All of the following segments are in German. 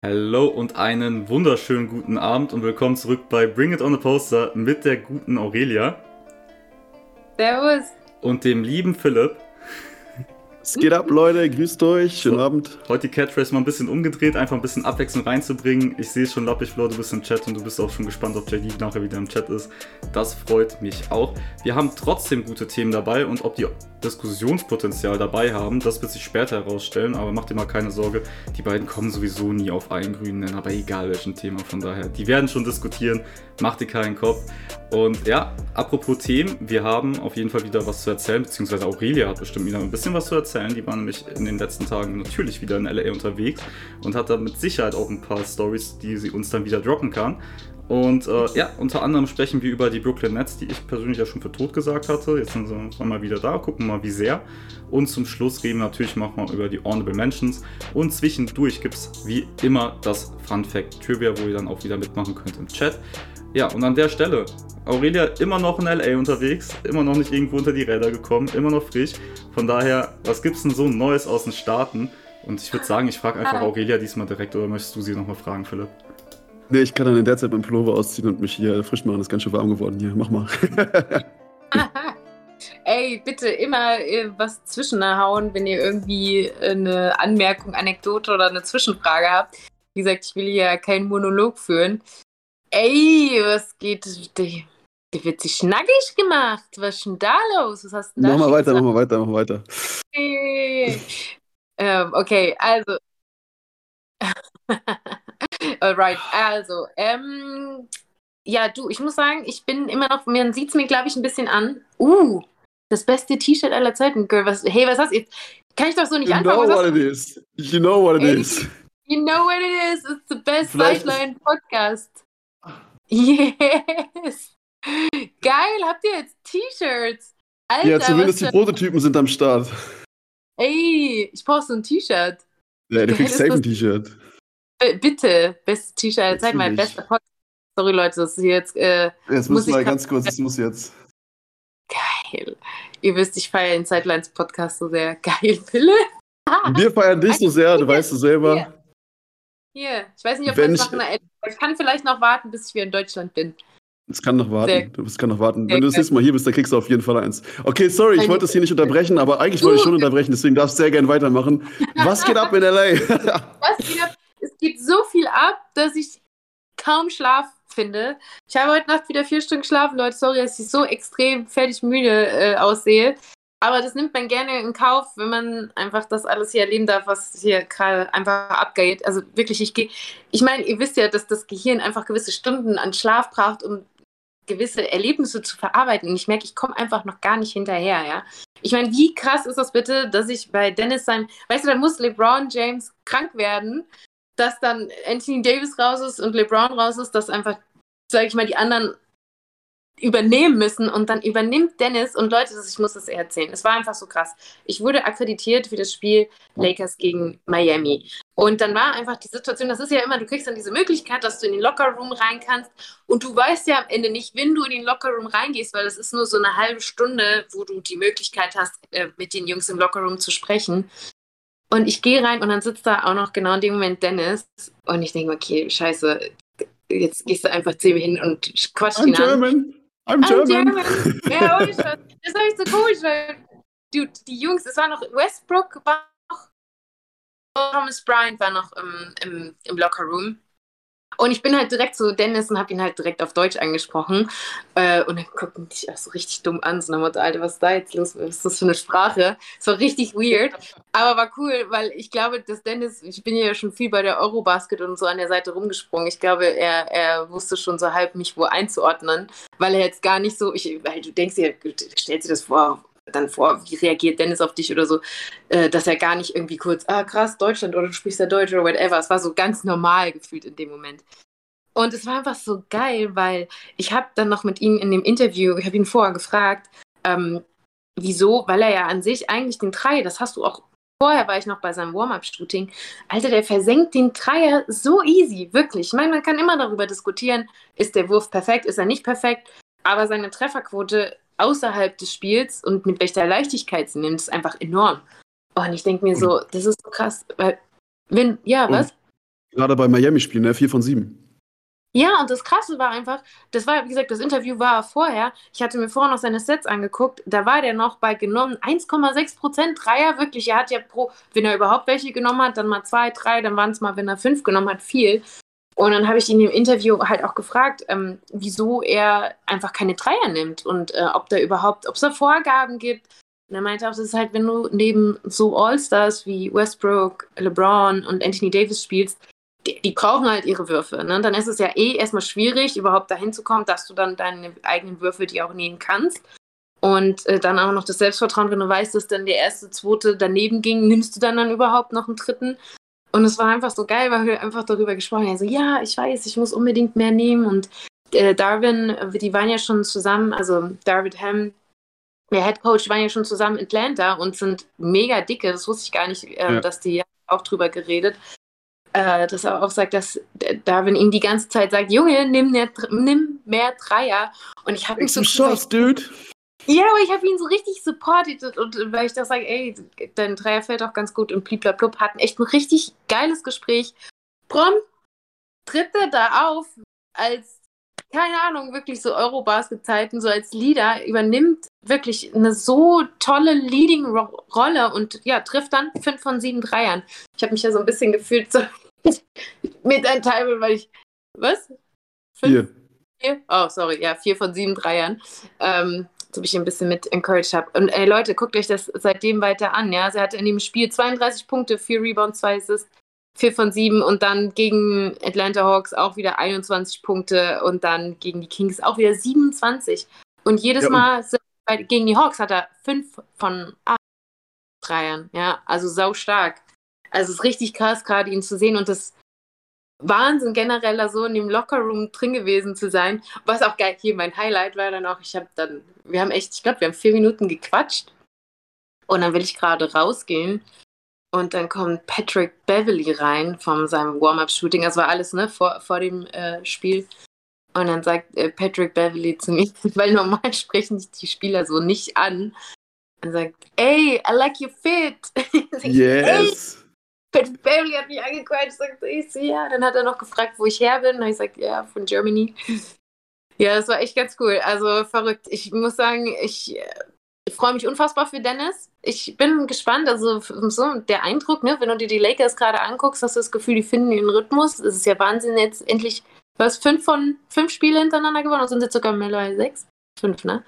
Hallo und einen wunderschönen guten Abend und willkommen zurück bei Bring It On a Poster mit der guten Aurelia Servus. und dem lieben Philipp. Es geht ab, Leute, grüßt euch, schönen Abend. Heute die Catchphrase mal ein bisschen umgedreht, einfach ein bisschen Abwechslung reinzubringen. Ich sehe schon, Lappich Flo, du bist im Chat und du bist auch schon gespannt, ob JD nachher wieder im Chat ist. Das freut mich auch. Wir haben trotzdem gute Themen dabei und ob die Diskussionspotenzial dabei haben, das wird sich später herausstellen, aber macht dir mal keine Sorge, die beiden kommen sowieso nie auf einen grünen Nenner, aber egal welchen Thema, von daher, die werden schon diskutieren, macht dir keinen Kopf. Und ja, apropos Themen, wir haben auf jeden Fall wieder was zu erzählen, beziehungsweise Aurelia hat bestimmt wieder ein bisschen was zu erzählen. Die war nämlich in den letzten Tagen natürlich wieder in LA unterwegs und hat da mit Sicherheit auch ein paar Stories, die sie uns dann wieder droppen kann. Und ja, unter anderem sprechen wir über die Brooklyn Nets, die ich persönlich ja schon für tot gesagt hatte. Jetzt sind sie mal wieder da, gucken mal wie sehr. Und zum Schluss reden wir natürlich mal über die Honorable Mentions. Und zwischendurch gibt es wie immer das Fun Fact Trivia, wo ihr dann auch wieder mitmachen könnt im Chat. Ja, und an der Stelle, Aurelia immer noch in LA unterwegs, immer noch nicht irgendwo unter die Räder gekommen, immer noch frisch. Von daher, was gibt's denn so Neues aus den Staaten? Und ich würde sagen, ich frage einfach Aurelia diesmal direkt, oder möchtest du sie nochmal fragen, Philipp? Nee, ich kann dann in der Zeit meinen Pullover ausziehen und mich hier frisch machen. Das ist ganz schön warm geworden hier. Mach mal. Ey, bitte immer was zwischenhauen, wenn ihr irgendwie eine Anmerkung, Anekdote oder eine Zwischenfrage habt. Wie gesagt, ich will hier keinen Monolog führen. Ey, was geht? Der wird sich schnackig gemacht. Was ist denn da los? Was hast du denn da Mach mal gesagt? weiter. Hey. Okay, also. Alright, also. Ja, du, ich muss sagen, ich bin immer noch, man sieht es mir, glaube ich, ein bisschen an. Das beste T-Shirt aller Zeiten, Girl. Was hast du jetzt? Kann ich doch so nicht You anfangen. know what it is. You know what it is. You know what it is. It's the best Vielleicht Sideline Podcast. Yes. Geil, habt ihr jetzt T-Shirts? Alter, Ja, zumindest die was Prototypen sind am Start. Ey, ich brauche so ein T-Shirt. Ja, du Geil kriegst ist safe das. ein T-Shirt. Bitte, beste T-Shirt aller Zeiten, mein Natürlich. bester Podcast. Sorry, Leute, das ist jetzt. Jetzt muss müssen wir ich ganz kurz, das muss jetzt. Geil. Ihr wisst, ich feiere den Sidelines Podcast so sehr. Geil, Philipp. Wir feiern dich so sehr, du weißt es selber. Hier, ich weiß nicht, ob Wenn man es ich- noch ich kann vielleicht noch warten, bis ich wieder in Deutschland bin. Es kann noch warten. Es kann noch warten. Sehr Wenn du das geil. nächste Mal hier bist, dann kriegst du auf jeden Fall eins. Okay, sorry, ich wollte es hier nicht unterbrechen, aber eigentlich wollte ich schon unterbrechen, deswegen darfst du sehr gerne weitermachen. Was geht ab in LA? Was geht ab? Es geht so viel ab, dass ich kaum Schlaf finde. Ich habe heute Nacht wieder 4 Stunden geschlafen, Leute. Sorry, dass ich so extrem fertig müde aussehe. Aber das nimmt man gerne in Kauf, wenn man einfach das alles hier erleben darf, was hier gerade einfach abgeht. Also wirklich, ich meine, ihr wisst ja, dass das Gehirn einfach gewisse Stunden an Schlaf braucht, um gewisse Erlebnisse zu verarbeiten. Und ich merke, ich komme einfach noch gar nicht hinterher, ja. Ich meine, wie krass ist das bitte, dass ich bei Dennis weißt du, da muss LeBron James krank werden, dass dann Anthony Davis raus ist und LeBron raus ist, dass einfach, sage ich mal, die anderen übernehmen müssen und dann übernimmt Dennis und Leute, ich muss das erzählen. Es war einfach so krass. Ich wurde akkreditiert für das Spiel Lakers gegen Miami. Und dann war einfach die Situation, das ist ja immer, du kriegst dann diese Möglichkeit, dass du in den Lockerroom rein kannst und du weißt ja am Ende nicht, wenn du in den Lockerroom reingehst, weil das ist nur so eine halbe Stunde, wo du die Möglichkeit hast, mit den Jungs im Lockerroom zu sprechen. Und ich gehe rein und dann sitzt da auch noch genau in dem Moment Dennis und ich denke, okay, scheiße, jetzt gehst du einfach 10 hin und quatscht ihn an. I'm German. Ja, ohne Scheiß. Das war echt so komisch, weil die Jungs, es war noch Westbrook, war noch Thomas Bryant war noch im Lockerroom. Und ich bin halt direkt zu Dennis und habe ihn halt direkt auf Deutsch angesprochen. Und dann guckt er mich auch so richtig dumm an, so nach dem Motto, Alter, was ist da jetzt los? Was ist das für eine Sprache? Es war richtig weird, aber war cool, weil ich glaube, dass Dennis, ich bin ja schon viel bei der Eurobasket und so an der Seite rumgesprungen. Ich glaube, er wusste schon so halb, mich wo einzuordnen, weil er jetzt gar nicht so, weil du denkst dir, stellst dir das vor, wie reagiert Dennis auf dich oder so, dass er gar nicht irgendwie kurz, krass, Deutschland oder du sprichst ja Deutsch oder whatever. Es war so ganz normal gefühlt in dem Moment. Und es war einfach so geil, weil ich habe dann noch mit ihm in dem Interview, ich habe ihn vorher gefragt, wieso, weil er ja an sich eigentlich den Dreier, das hast du auch, vorher war ich noch bei seinem Warm-Up-Shooting, Alter, der versenkt den Dreier so easy, wirklich. Ich meine, man kann immer darüber diskutieren, ist der Wurf perfekt, ist er nicht perfekt, aber seine Trefferquote außerhalb des Spiels und mit welcher Leichtigkeit sie nimmt, ist einfach enorm. Und ich denke mir so, das ist so krass, weil, was? Gerade bei Miami-Spielen, ne? 4 von 7. Ja, und das Krasse war einfach, das war, wie gesagt, das Interview war vorher. Ich hatte mir vorher noch seine Sets angeguckt. Da war der noch bei genommen 1,6% Dreier. Wirklich, er hat ja wenn er überhaupt welche genommen hat, dann mal 2, 3, dann waren es mal, wenn er 5 genommen hat, viel. Und dann habe ich ihn im Interview halt auch gefragt, wieso er einfach keine Dreier nimmt und ob es da Vorgaben gibt. Und er meinte auch, das ist halt, wenn du neben so All-Stars wie Westbrook, LeBron und Anthony Davis spielst, die brauchen halt ihre Würfe. Ne? Dann ist es ja erstmal schwierig, überhaupt dahin zu kommen, dass du dann deine eigenen Würfe die auch nehmen kannst. Und dann auch noch das Selbstvertrauen, wenn du weißt, dass dann der erste, zweite daneben ging, nimmst du dann überhaupt noch einen dritten. Und es war einfach so geil, weil wir einfach darüber gesprochen haben. So, ja, ich weiß, ich muss unbedingt mehr nehmen. Und Darvin, die waren ja schon zusammen, also Darvin Ham, der Head Coach, waren ja schon zusammen in Atlanta und sind mega dicke. Das wusste ich gar nicht, dass die auch drüber geredet. Dass er auch sagt, dass Darvin ihm die ganze Zeit sagt, Junge, nimm mehr Dreier. Und ich habe mich so Dude. Ja, aber ich habe ihn so richtig supported und weil ich da sage, ey, dein Dreier fällt auch ganz gut und bliblablub, hatten echt ein richtig geiles Gespräch. Brom tritt er da auf als, keine Ahnung, wirklich so Eurobasket-Zeiten, so als Leader, übernimmt wirklich eine so tolle Leading-Rolle und ja, trifft dann 5 von 7 Dreiern. Ich habe mich ja so ein bisschen gefühlt, so mit einem Teil, weil ich, was? 4. Oh, sorry, ja, 4 von 7 Dreiern. So ich ein bisschen mit encouraged habe. Und ey, Leute, guckt euch das seitdem weiter an, ja. Sie hatte in dem Spiel 32 Punkte, 4 Rebounds, 2 Assists, 4 von 7 und dann gegen Atlanta Hawks auch wieder 21 Punkte und dann gegen die Kings auch wieder 27. Und jedes Mal gegen die Hawks hat er 5 von 8 Dreiern, ja. Also sau stark. Also es ist richtig krass, gerade ihn zu sehen und das Wahnsinn generell so in dem Lockerroom drin gewesen zu sein. Was auch geil, hier mein Highlight war dann auch, ich glaube, wir haben 4 Minuten gequatscht und dann will ich gerade rausgehen und dann kommt Patrick Beverley rein von seinem Warm-Up-Shooting, das war alles, ne, vor dem Spiel und dann sagt Patrick Beverley zu mir, weil normal sprechen sich die Spieler so nicht an, und sagt, ey, I like your fit. Yes. Patrick Beverley hat mich angequatscht, sagt ich so, ja. Dann hat er noch gefragt, wo ich her bin. Und ich sagte, ja, von Germany. Ja, das war echt ganz cool. Also verrückt. Ich muss sagen, ich freue mich unfassbar für Dennis. Ich bin gespannt. Also so der Eindruck, ne, wenn du dir die Lakers gerade anguckst, hast du das Gefühl, die finden ihren Rhythmus. Es ist ja Wahnsinn, jetzt endlich, du hast 5 von 5 Spiele hintereinander gewonnen. Oder sind jetzt sogar mittlerweile 6? 5, ne?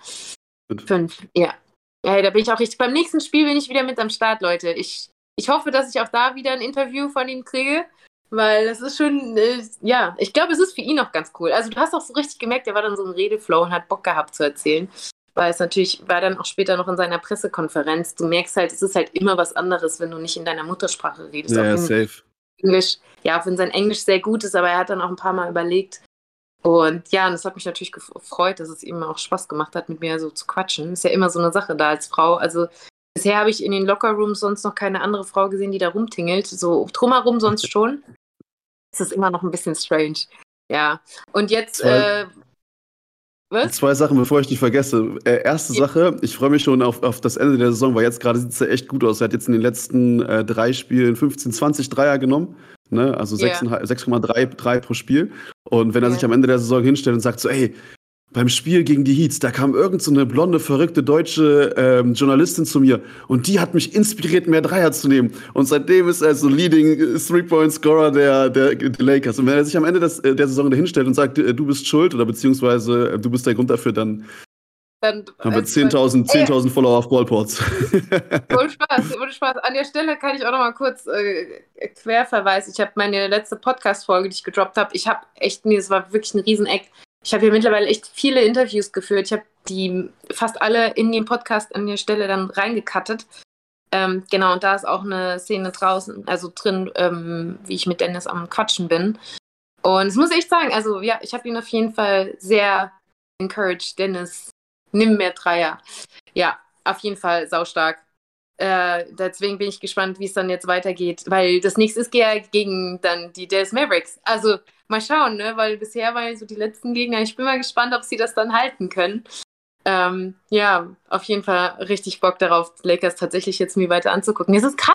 5, ja. Ja, da bin ich auch richtig. Beim nächsten Spiel bin ich wieder mit am Start, Leute. Ich hoffe, dass ich auch da wieder ein Interview von ihm kriege, weil das ist schon, ja, ich glaube, es ist für ihn auch ganz cool. Also du hast auch so richtig gemerkt, er war dann so im Redeflow und hat Bock gehabt zu erzählen, weil es natürlich war dann auch später noch in seiner Pressekonferenz. Du merkst halt, es ist halt immer was anderes, wenn du nicht in deiner Muttersprache redest. Ja, safe. Englisch, ja, auch wenn sein Englisch sehr gut ist, aber er hat dann auch ein paar Mal überlegt. Und ja, und das hat mich natürlich gefreut, dass es ihm auch Spaß gemacht hat, mit mir so zu quatschen. Ist ja immer so eine Sache da als Frau. Also bisher habe ich in den Lockerrooms sonst noch keine andere Frau gesehen, die da rumtingelt. So drumherum sonst schon. Es ist immer noch ein bisschen strange. Ja. Und jetzt, was? 2 Sachen, bevor ich dich vergesse. Erste Sache, ich freue mich schon auf das Ende der Saison, weil jetzt gerade sieht es ja echt gut aus. Er hat jetzt in den letzten 3 Spielen 15, 20 Dreier genommen. Ne? Also 6,3 pro Spiel. Und wenn er sich am Ende der Saison hinstellt und sagt so, ey, beim Spiel gegen die Heats, da kam irgend so eine blonde, verrückte deutsche Journalistin zu mir und die hat mich inspiriert, mehr Dreier zu nehmen. Und seitdem ist er so Leading Three-Point-Scorer der Lakers. Und wenn er sich am Ende der Saison da hinstellt und sagt, du bist schuld oder beziehungsweise du bist der Grund dafür, dann haben wir 10.000 Follower auf Ballports. Ohne Spaß. An der Stelle kann ich auch noch mal kurz Querverweis. Ich habe meine letzte Podcast-Folge, die ich gedroppt habe, es war wirklich ein Riesen-Act. Ich habe hier mittlerweile echt viele Interviews geführt. Ich habe die fast alle in den Podcast an der Stelle dann reingecuttet. Genau, und da ist auch eine Szene draußen, also drin, wie ich mit Dennis am Quatschen bin. Und das muss ich echt sagen, also ja, ich habe ihn auf jeden Fall sehr encouraged. Dennis, nimm mehr Dreier. Ja, auf jeden Fall saustark. Deswegen bin ich gespannt, wie es dann jetzt weitergeht, weil das nächste ist ja gegen dann die Dallas Mavericks. Also mal schauen, ne? Weil bisher waren so die letzten Gegner. Ich bin mal gespannt, ob sie das dann halten können. Ja, auf jeden Fall richtig Bock darauf, die Lakers tatsächlich jetzt mir weiter anzugucken. Es ist krass,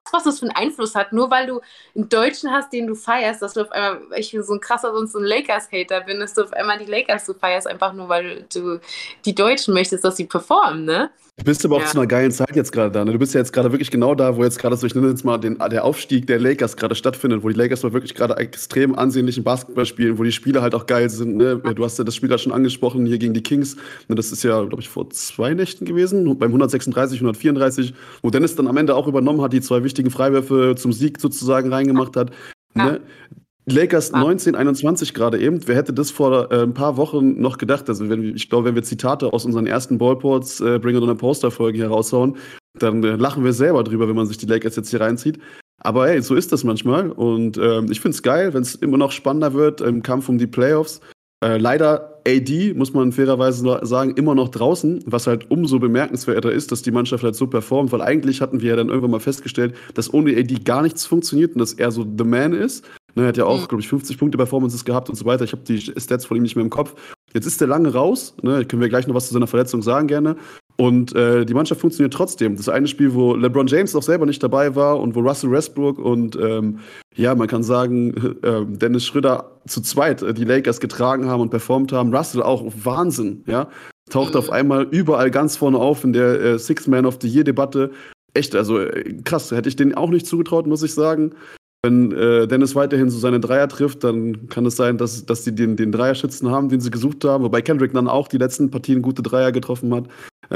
was das für einen Einfluss hat. Nur weil du einen Deutschen hast, den du feierst, dass du auf einmal, ich bin so ein krasser, sonst so ein Lakers-Hater bin, dass du auf einmal die Lakers so feierst, einfach nur weil du die Deutschen möchtest, dass sie performen, ne? Du bist aber auch zu einer geilen Zeit jetzt gerade da. Ne? Du bist ja jetzt gerade wirklich genau da, wo jetzt gerade so, ich nenne jetzt mal der Aufstieg der Lakers gerade stattfindet, wo die Lakers mal wirklich gerade extrem ansehnlichen Basketball spielen, wo die Spieler halt auch geil sind. Ne? Du hast ja das Spiel gerade schon angesprochen, hier gegen die Kings. Ne? Das ist ja, glaube ich, vor 2 Nächten gewesen, beim 136, 134, wo Dennis dann am Ende auch übernommen hat, die 2 wichtigen Freiwürfe zum Sieg sozusagen reingemacht hat. Ja. Ne? Lakers 1921 gerade eben. Wer hätte das vor ein paar Wochen noch gedacht? Also ich glaube, wenn wir Zitate aus unseren ersten Ballports Bring It On a Poster-Folgen hier raushauen, dann lachen wir selber drüber, wenn man sich die Lakers jetzt hier reinzieht. Aber hey, so ist das manchmal. Und ich finde es geil, wenn es immer noch spannender wird im Kampf um die Playoffs. Leider AD, muss man fairerweise sagen, immer noch draußen, was halt umso bemerkenswerter ist, dass die Mannschaft halt so performt, weil eigentlich hatten wir ja dann irgendwann mal festgestellt, dass ohne AD gar nichts funktioniert und dass er so the man ist. Ne, er hat ja auch, glaube ich, 50 Punkte Performances gehabt und so weiter. Ich habe die Stats von ihm nicht mehr im Kopf. Jetzt ist der lange raus. Ne, können wir gleich noch was zu seiner Verletzung sagen gerne. Und die Mannschaft funktioniert trotzdem. Das eine Spiel, wo LeBron James auch selber nicht dabei war und wo Russell Westbrook und ja, man kann sagen, Dennis Schröder zu zweit die Lakers getragen haben und performt haben. Russell auch, Wahnsinn, ja. Taucht auf einmal überall ganz vorne auf in der Six Man of the Year-Debatte. Echt, also krass, hätte ich denen auch nicht zugetraut, muss ich sagen. Wenn Dennis weiterhin so seine Dreier trifft, dann kann es sein, dass die den Dreierschützen haben, den sie gesucht haben. Wobei Kendrick dann auch die letzten Partien gute Dreier getroffen hat.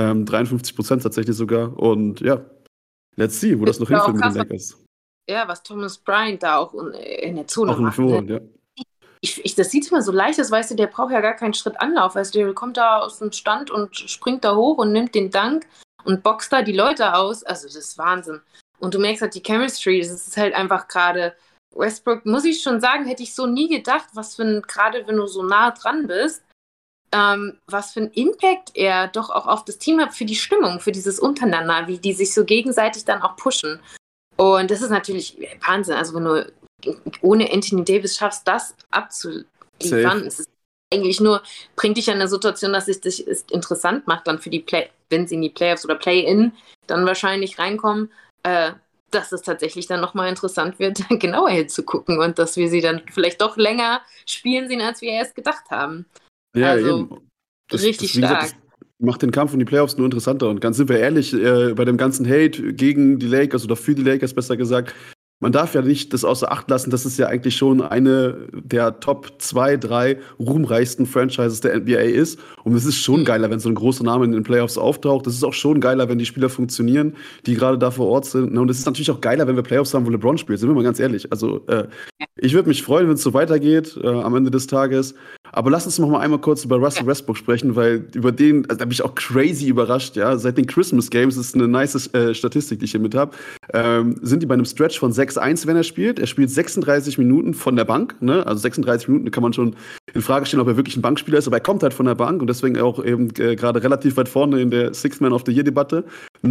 53% tatsächlich sogar. Und ja, let's see, wo das noch hinführt mit den Lakers. Ja, was Thomas Bryant da auch in der Zone Auch in macht. Führung, ja. Das sieht immer so leicht aus, weißt du, der braucht ja gar keinen Schritt Anlauf. Weißt du, der kommt da aus dem Stand und springt da hoch und nimmt den Dank und boxt da die Leute aus. Also das ist Wahnsinn. Und du merkst halt die Chemistry, das ist halt einfach gerade Westbrook, muss ich schon sagen, hätte ich so nie gedacht, was für ein, gerade wenn du so nah dran bist, was für ein Impact er doch auch auf das Team hat, für die Stimmung, für dieses Untereinander, wie die sich so gegenseitig dann auch pushen. Und das ist natürlich Wahnsinn, also wenn du ohne Anthony Davis schaffst, das abzuliefern, es ist eigentlich nur, bringt dich in eine Situation, dass es dich interessant macht, dann für die wenn sie in die Playoffs oder Play-In dann wahrscheinlich reinkommen, dass es tatsächlich dann nochmal interessant wird, genauer hinzugucken und dass wir sie dann vielleicht doch länger spielen sehen, als wir erst gedacht haben. Ja, also eben. richtig wie gesagt, stark. das macht den Kampf um die Playoffs nur interessanter. Und ganz sind wir ehrlich, bei dem ganzen Hate gegen die Lakers oder für die Lakers besser gesagt, man darf ja nicht das außer Acht lassen, dass es ja eigentlich schon eine der Top 2, 3 ruhmreichsten Franchises der NBA ist. Und es ist schon geiler, wenn so ein großer Name in den Playoffs auftaucht. Es ist auch schon geiler, wenn die Spieler funktionieren, die gerade da vor Ort sind. Und es ist natürlich auch geiler, wenn wir Playoffs haben, wo LeBron spielt. Sind wir mal ganz ehrlich. Also ich würde mich freuen, wenn es so weitergeht am Ende des Tages. Aber lass uns noch mal einmal kurz über Russell Westbrook sprechen, weil über den, also da bin ich auch crazy überrascht, ja. Seit den Christmas Games, das ist eine nice Statistik, die ich hier mit habe, sind die bei einem Stretch von 6-1, wenn er spielt. Er spielt 36 Minuten von der Bank, ne? Also 36 Minuten kann man schon in Frage stellen, ob er wirklich ein Bankspieler ist, aber er kommt halt von der Bank und deswegen auch eben gerade relativ weit vorne in der Six Man of the Year Debatte.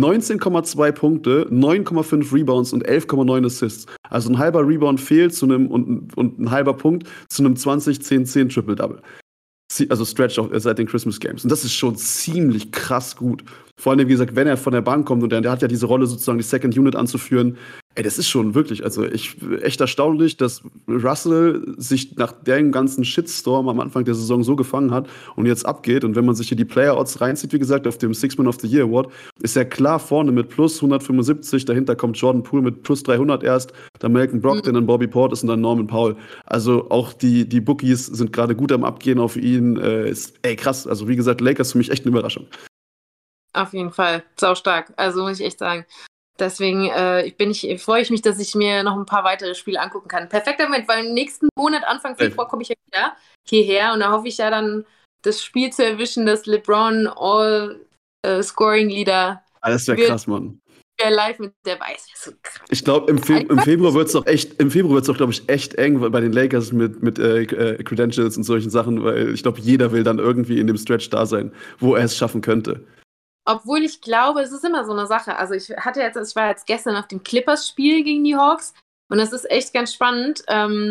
19,2 Punkte, 9,5 Rebounds und 11,9 Assists. Also ein halber Rebound fehlt zu einem und ein halber Punkt zu einem 20-10-10 Triple-Double. Also Stretch seit den Christmas Games. Und das ist schon ziemlich krass gut. Vor allem, wie gesagt, wenn er von der Bank kommt und der hat ja diese Rolle sozusagen, die Second Unit anzuführen. Ey, das ist schon wirklich, also echt erstaunlich, dass Russell sich nach dem ganzen Shitstorm am Anfang der Saison so gefangen hat und jetzt abgeht. Und wenn man sich hier die Player-Odds reinzieht, wie gesagt, auf dem Six Man of the Year Award, ist er klar vorne mit plus 175. Dahinter kommt Jordan Poole mit plus 300 erst, dann Malcolm Brogdon, dann Bobby Portis und dann Norman Powell. Also auch die Bookies sind gerade gut am Abgehen auf ihn. Ey, krass. Also wie gesagt, Lakers für mich echt eine Überraschung. Auf jeden Fall, sau stark. Also muss ich echt sagen. Deswegen freue ich mich, dass ich mir noch ein paar weitere Spiele angucken kann. Perfekter Moment, weil im nächsten Monat, Anfang Februar, komme ich ja wieder hierher und da hoffe ich ja dann, das Spiel zu erwischen, das LeBron All-Scoring-Leader. Das wäre krass, Mann. Live mit der Weiß. So krass. Ich glaube, im Februar wird es doch, glaube ich, echt eng bei den Lakers mit Credentials und solchen Sachen, weil ich glaube, jeder will dann irgendwie in dem Stretch da sein, wo er es schaffen könnte. Obwohl ich glaube, es ist immer so eine Sache. Also ich war jetzt gestern auf dem Clippers-Spiel gegen die Hawks und das ist echt ganz spannend,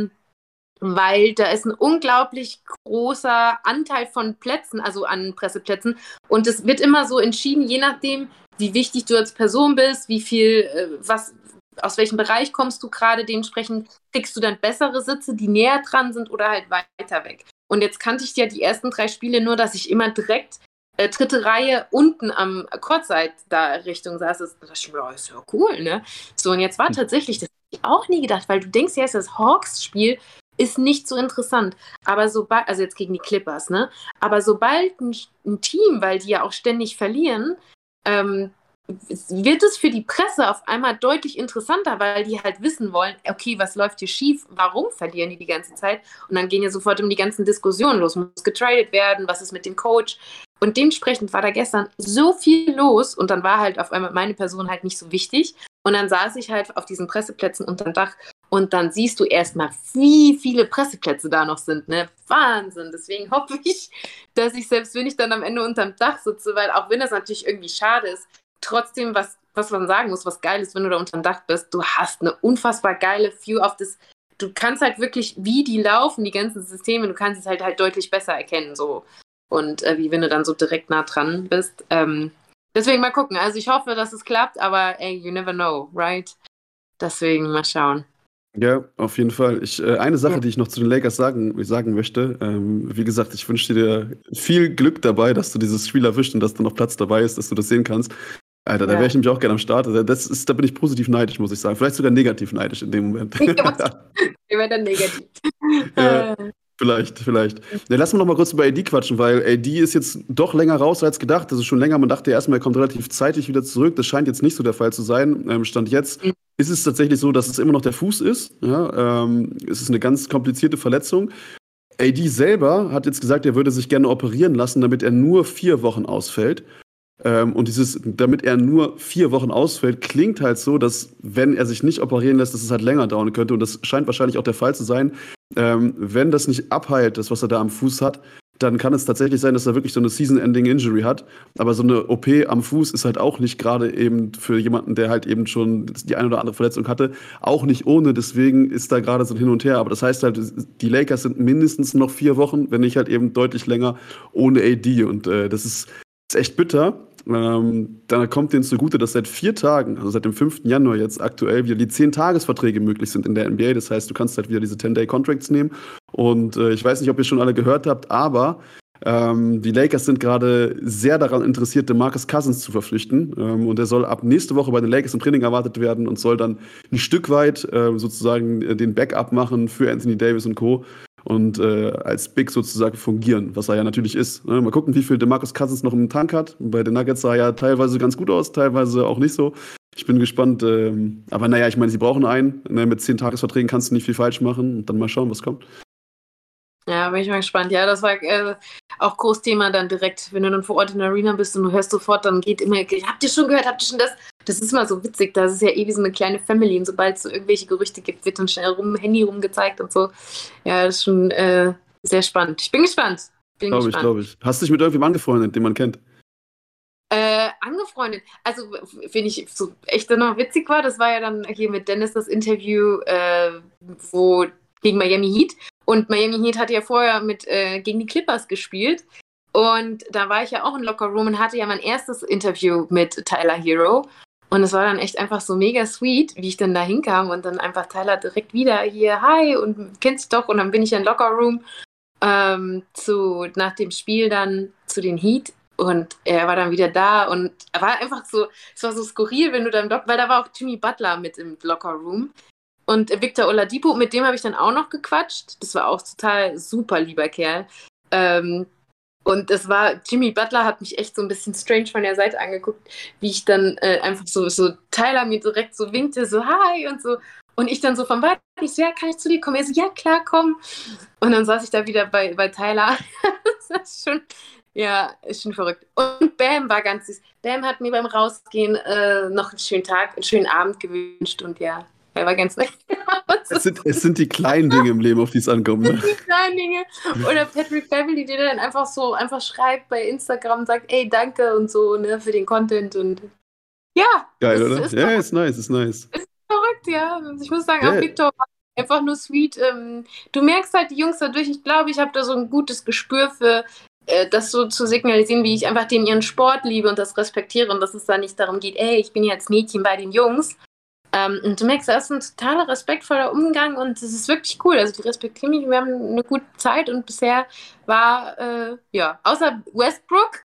weil da ist ein unglaublich großer Anteil von Plätzen, also an Presseplätzen und es wird immer so entschieden, je nachdem, wie wichtig du als Person bist, wie viel, aus welchem Bereich kommst du gerade, dementsprechend kriegst du dann bessere Sitze, die näher dran sind oder halt weiter weg. Und jetzt kannte ich ja die ersten 3 Spiele nur, dass ich immer direkt dritte Reihe unten am Courtside da Richtung saß. Da dachte ich mir, ja, ist ja cool, ne? So, und jetzt war tatsächlich, das habe ich auch nie gedacht, weil du denkst ja, das Hawks-Spiel ist nicht so interessant. Aber sobald, also jetzt gegen die Clippers, ne? Aber sobald ein Team, weil die ja auch ständig verlieren, wird es für die Presse auf einmal deutlich interessanter, weil die halt wissen wollen, okay, was läuft hier schief, warum verlieren die ganze Zeit? Und dann gehen ja sofort die ganzen Diskussionen los, muss getradet werden, was ist mit dem Coach? Und dementsprechend war da gestern so viel los und dann war halt auf einmal meine Person halt nicht so wichtig. Und dann saß ich halt auf diesen Presseplätzen unterm Dach und dann siehst du erstmal, wie viele Presseplätze da noch sind, ne? Wahnsinn. Deswegen hoffe ich, dass ich, selbst wenn ich dann am Ende unterm Dach sitze, weil auch wenn das natürlich irgendwie schade ist, trotzdem, was man sagen muss, was geil ist, wenn du da unterm Dach bist, du hast eine unfassbar geile View auf das, du kannst halt wirklich, wie die laufen, die ganzen Systeme, du kannst es halt deutlich besser erkennen, so. Und wie wenn du dann so direkt nah dran bist. Deswegen mal gucken. Also ich hoffe, dass es klappt, aber ey, you never know, right? Deswegen mal schauen. Ja, auf jeden Fall. Eine Sache, die ich noch zu den Lakers sagen möchte, wie gesagt, ich wünsche dir viel Glück dabei, dass du dieses Spiel erwischt und dass dann noch Platz dabei ist, dass du das sehen kannst. Alter, da wäre ich nämlich auch gerne am Start. Da bin ich positiv neidisch, muss ich sagen. Vielleicht sogar negativ neidisch in dem Moment. Ich wäre dann negativ. Vielleicht. Ne, lass mal noch mal kurz über AD quatschen, weil AD ist jetzt doch länger raus als gedacht. Das ist schon länger. Man dachte erstmal, er kommt relativ zeitig wieder zurück. Das scheint jetzt nicht so der Fall zu sein. Stand jetzt ist es tatsächlich so, dass es immer noch der Fuß ist. Ja, es ist eine ganz komplizierte Verletzung. AD selber hat jetzt gesagt, er würde sich gerne operieren lassen, damit er nur 4 Wochen ausfällt. Und damit er nur 4 Wochen ausfällt, klingt halt so, dass, wenn er sich nicht operieren lässt, dass es halt länger dauern könnte. Und das scheint wahrscheinlich auch der Fall zu sein. Wenn das nicht abheilt, das, was er da am Fuß hat, dann kann es tatsächlich sein, dass er wirklich so eine Season-Ending-Injury hat. Aber so eine OP am Fuß ist halt auch nicht gerade eben für jemanden, der halt eben schon die eine oder andere Verletzung hatte, auch nicht ohne. Deswegen ist da gerade so ein Hin und Her. Aber das heißt halt, die Lakers sind mindestens noch 4 Wochen, wenn nicht halt eben deutlich länger, ohne AD. Und das ist echt bitter. Dann kommt denen zugute, dass seit 4 Tagen, also seit dem 5. Januar jetzt aktuell, wieder die 10-Tages-Verträge möglich sind in der NBA. Das heißt, du kannst halt wieder diese 10-Day-Contracts nehmen. Und ich weiß nicht, ob ihr schon alle gehört habt, aber die Lakers sind gerade sehr daran interessiert, DeMarcus Cousins zu verpflichten. Und er soll ab nächste Woche bei den Lakers im Training erwartet werden und soll dann ein Stück weit sozusagen den Backup machen für Anthony Davis und Co. Und als Big sozusagen fungieren, was er ja natürlich ist. Ne? Mal gucken, wie viel DeMarcus Cousins noch im Tank hat. Bei den Nuggets sah er ja teilweise ganz gut aus, teilweise auch nicht so. Ich bin gespannt. Aber naja, ich meine, sie brauchen einen. Ne? Mit 10-Tages-Verträgen kannst du nicht viel falsch machen. Und dann mal schauen, was kommt. Ja, bin ich mal gespannt. Ja, das war auch großes Thema dann direkt, wenn du dann vor Ort in der Arena bist und du hörst sofort, dann geht immer, habt ihr schon gehört, habt ihr schon das? Das ist immer so witzig, das ist ja wie so eine kleine Family und sobald es so irgendwelche Gerüchte gibt, wird dann schnell Handy rumgezeigt und so. Ja, das ist schon sehr spannend. Ich bin gespannt. Glaube ich. Hast du dich mit irgendjemandem angefreundet, den man kennt? Angefreundet. Also, wenn ich so echt dann noch witzig war, das war ja dann hier mit Dennis das Interview, wo gegen Miami Heat. Und Miami Heat hatte ja vorher gegen die Clippers gespielt. Und da war ich ja auch im Lockerroom und hatte ja mein erstes Interview mit Tyler Hero. Und es war dann echt einfach so mega sweet, wie ich dann da hinkam und dann einfach Tyler direkt wieder hier, hi, und kennst dich doch. Und dann bin ich in den Lockerroom nach dem Spiel dann zu den Heat. Und er war dann wieder da und er war einfach so, es war so skurril, wenn du dann weil da war auch Jimmy Butler mit im Lockerroom. Und Victor Oladipo, mit dem habe ich dann auch noch gequatscht. Das war auch total super lieber Kerl. Und Jimmy Butler hat mich echt so ein bisschen strange von der Seite angeguckt, wie ich dann einfach so Tyler mir direkt so winkte, so hi und so. Und ich dann so von weitem, ich so, ja, kann ich zu dir kommen? Er so, ja, klar, komm. Und dann saß ich da wieder bei Tyler. Das ist schon, ja, ist schon verrückt. Und Bam war ganz süß. Bam hat mir beim Rausgehen noch einen schönen Tag, einen schönen Abend gewünscht und ja. Er war ganz nett. Es sind die kleinen Dinge im Leben, auf die es ankommt. Ne? Die kleinen Dinge. Oder Patrick Beverly, der dann einfach schreibt bei Instagram und sagt, ey, danke und so, ne, für den Content und ja. Geil, oder? Ja, ist nice. Ist verrückt, ja. Ich muss sagen, auch Victor war einfach nur sweet. Du merkst halt die Jungs dadurch, ich glaube, ich habe da so ein gutes Gespür für das so zu signalisieren, wie ich einfach ihren Sport liebe und das respektiere und dass es da nicht darum geht, ey, ich bin jetzt Mädchen bei den Jungs. Und du merkst, da ist ein totaler respektvoller Umgang und das ist wirklich cool. Also die respektieren mich, wir haben eine gute Zeit und bisher war, außer Westbrook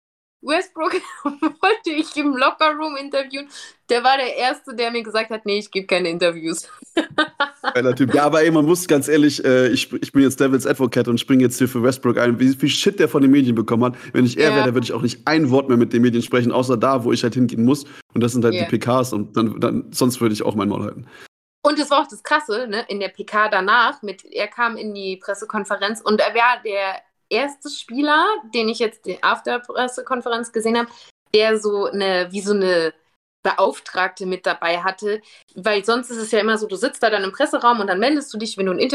wollte ich im Lockerroom interviewen. Der war der Erste, der mir gesagt hat, nee, ich gebe keine Interviews. Geiler Typ. Ja, aber ey, man muss ganz ehrlich, ich bin jetzt Devil's Advocate und springe jetzt hier für Westbrook ein. Wie viel Shit der von den Medien bekommen hat. Wenn ich er wäre, dann würde ich auch nicht ein Wort mehr mit den Medien sprechen, außer da, wo ich halt hingehen muss. Und das sind halt die PKs und dann sonst würde ich auch mein Maul halten. Und das war auch das Krasse, ne? In der PK danach, er kam in die Pressekonferenz und er war der erste Spieler, den ich jetzt auf der Pressekonferenz gesehen habe, der so eine Beauftragte mit dabei hatte, weil sonst ist es ja immer so, du sitzt da dann im Presseraum und dann meldest du dich, wenn du wenn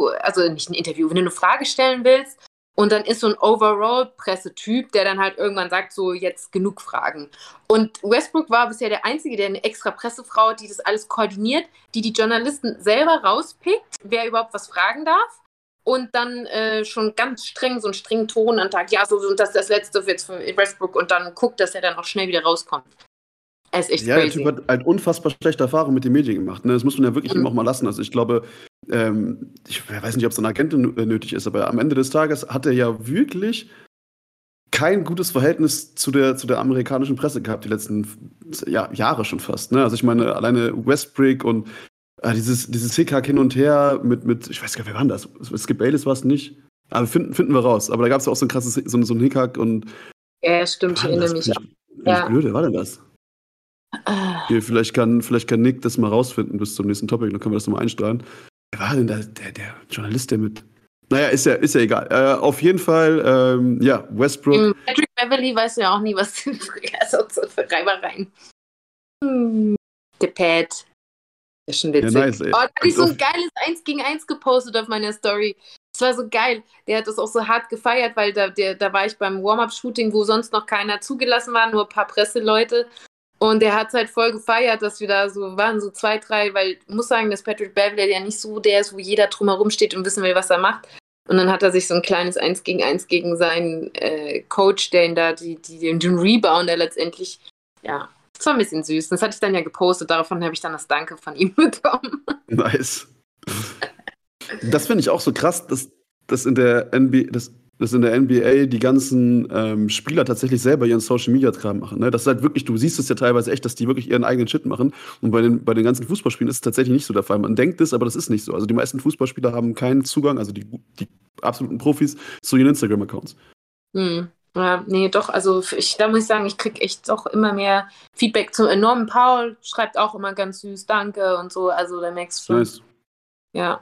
du eine Frage stellen willst und dann ist so ein Overall-Pressetyp, der dann halt irgendwann sagt, so jetzt genug Fragen. Und Westbrook war bisher der Einzige, der eine extra Pressefrau, die das alles koordiniert, die Journalisten selber rauspickt, wer überhaupt was fragen darf. Und dann schon ganz streng, so einen strengen Ton an den Tag, ja, so und das ist das Letzte jetzt für Westbrook und dann guckt, dass er dann auch schnell wieder rauskommt. Er ist echt crazy. Der Typ hat eine unfassbar schlechte Erfahrung mit den Medien gemacht. Ne? Das muss man ja wirklich ihm auch mal lassen. Also ich glaube, ich weiß nicht, ob es eine Agentin nötig ist, aber am Ende des Tages hat er ja wirklich kein gutes Verhältnis zu der amerikanischen Presse gehabt, die letzten Jahre schon fast. Ne? Also ich meine, alleine Westbrook und dieses Hickhack hin und her mit ich weiß gar nicht, wer war das? Skip Bayless war es nicht. Aber finden wir raus. Aber da gab es ja auch so ein krasses, so ein Hickhack und. Ja, stimmt, ich erinnere mich. Wie blöd, wer war denn das? Okay, vielleicht kann Nick das mal rausfinden bis zum nächsten Topic, dann können wir das nochmal einstrahlen. Wer war denn der Journalist, der mit. Naja, ist ja egal. Auf jeden Fall, Westbrook. Patrick Beverly weiß ja auch nie, was für Reibereien. Der Pat. Das ist schon witzig. Ja, nice, ey. Da hatte ich so ein geiles 1 gegen 1 gepostet auf meiner Story. Das war so geil. Der hat das auch so hart gefeiert, weil da war ich beim Warm-Up-Shooting, wo sonst noch keiner zugelassen war, nur ein paar Presseleute. Und der hat es halt voll gefeiert, dass wir da so waren, so 2, 3, weil ich muss sagen, dass Patrick Beverly ja nicht so der ist, wo jeder drumherum steht und wissen will, was er macht. Und dann hat er sich so ein kleines 1 gegen 1 gegen seinen Coach, der ihn da den Rebounder letztendlich, ja, das war ein bisschen süß. Das hatte ich dann ja gepostet, davon habe ich dann das Danke von ihm bekommen. Nice. Das finde ich auch so krass, dass in der NBA die ganzen Spieler tatsächlich selber ihren Social-Media-Kram machen. Ne? Das ist halt wirklich, du siehst es ja teilweise echt, dass die wirklich ihren eigenen Shit machen. Und bei den ganzen Fußballspielen ist es tatsächlich nicht so der Fall. Man denkt es, aber das ist nicht so. Also die meisten Fußballspieler haben keinen Zugang, also die absoluten Profis, zu ihren Instagram-Accounts. Ja, nee, doch, also da muss ich sagen, ich kriege echt auch immer mehr Feedback zu Norman Powell, schreibt auch immer ganz süß, danke und so, also da merkst du schon. Nice. Ja.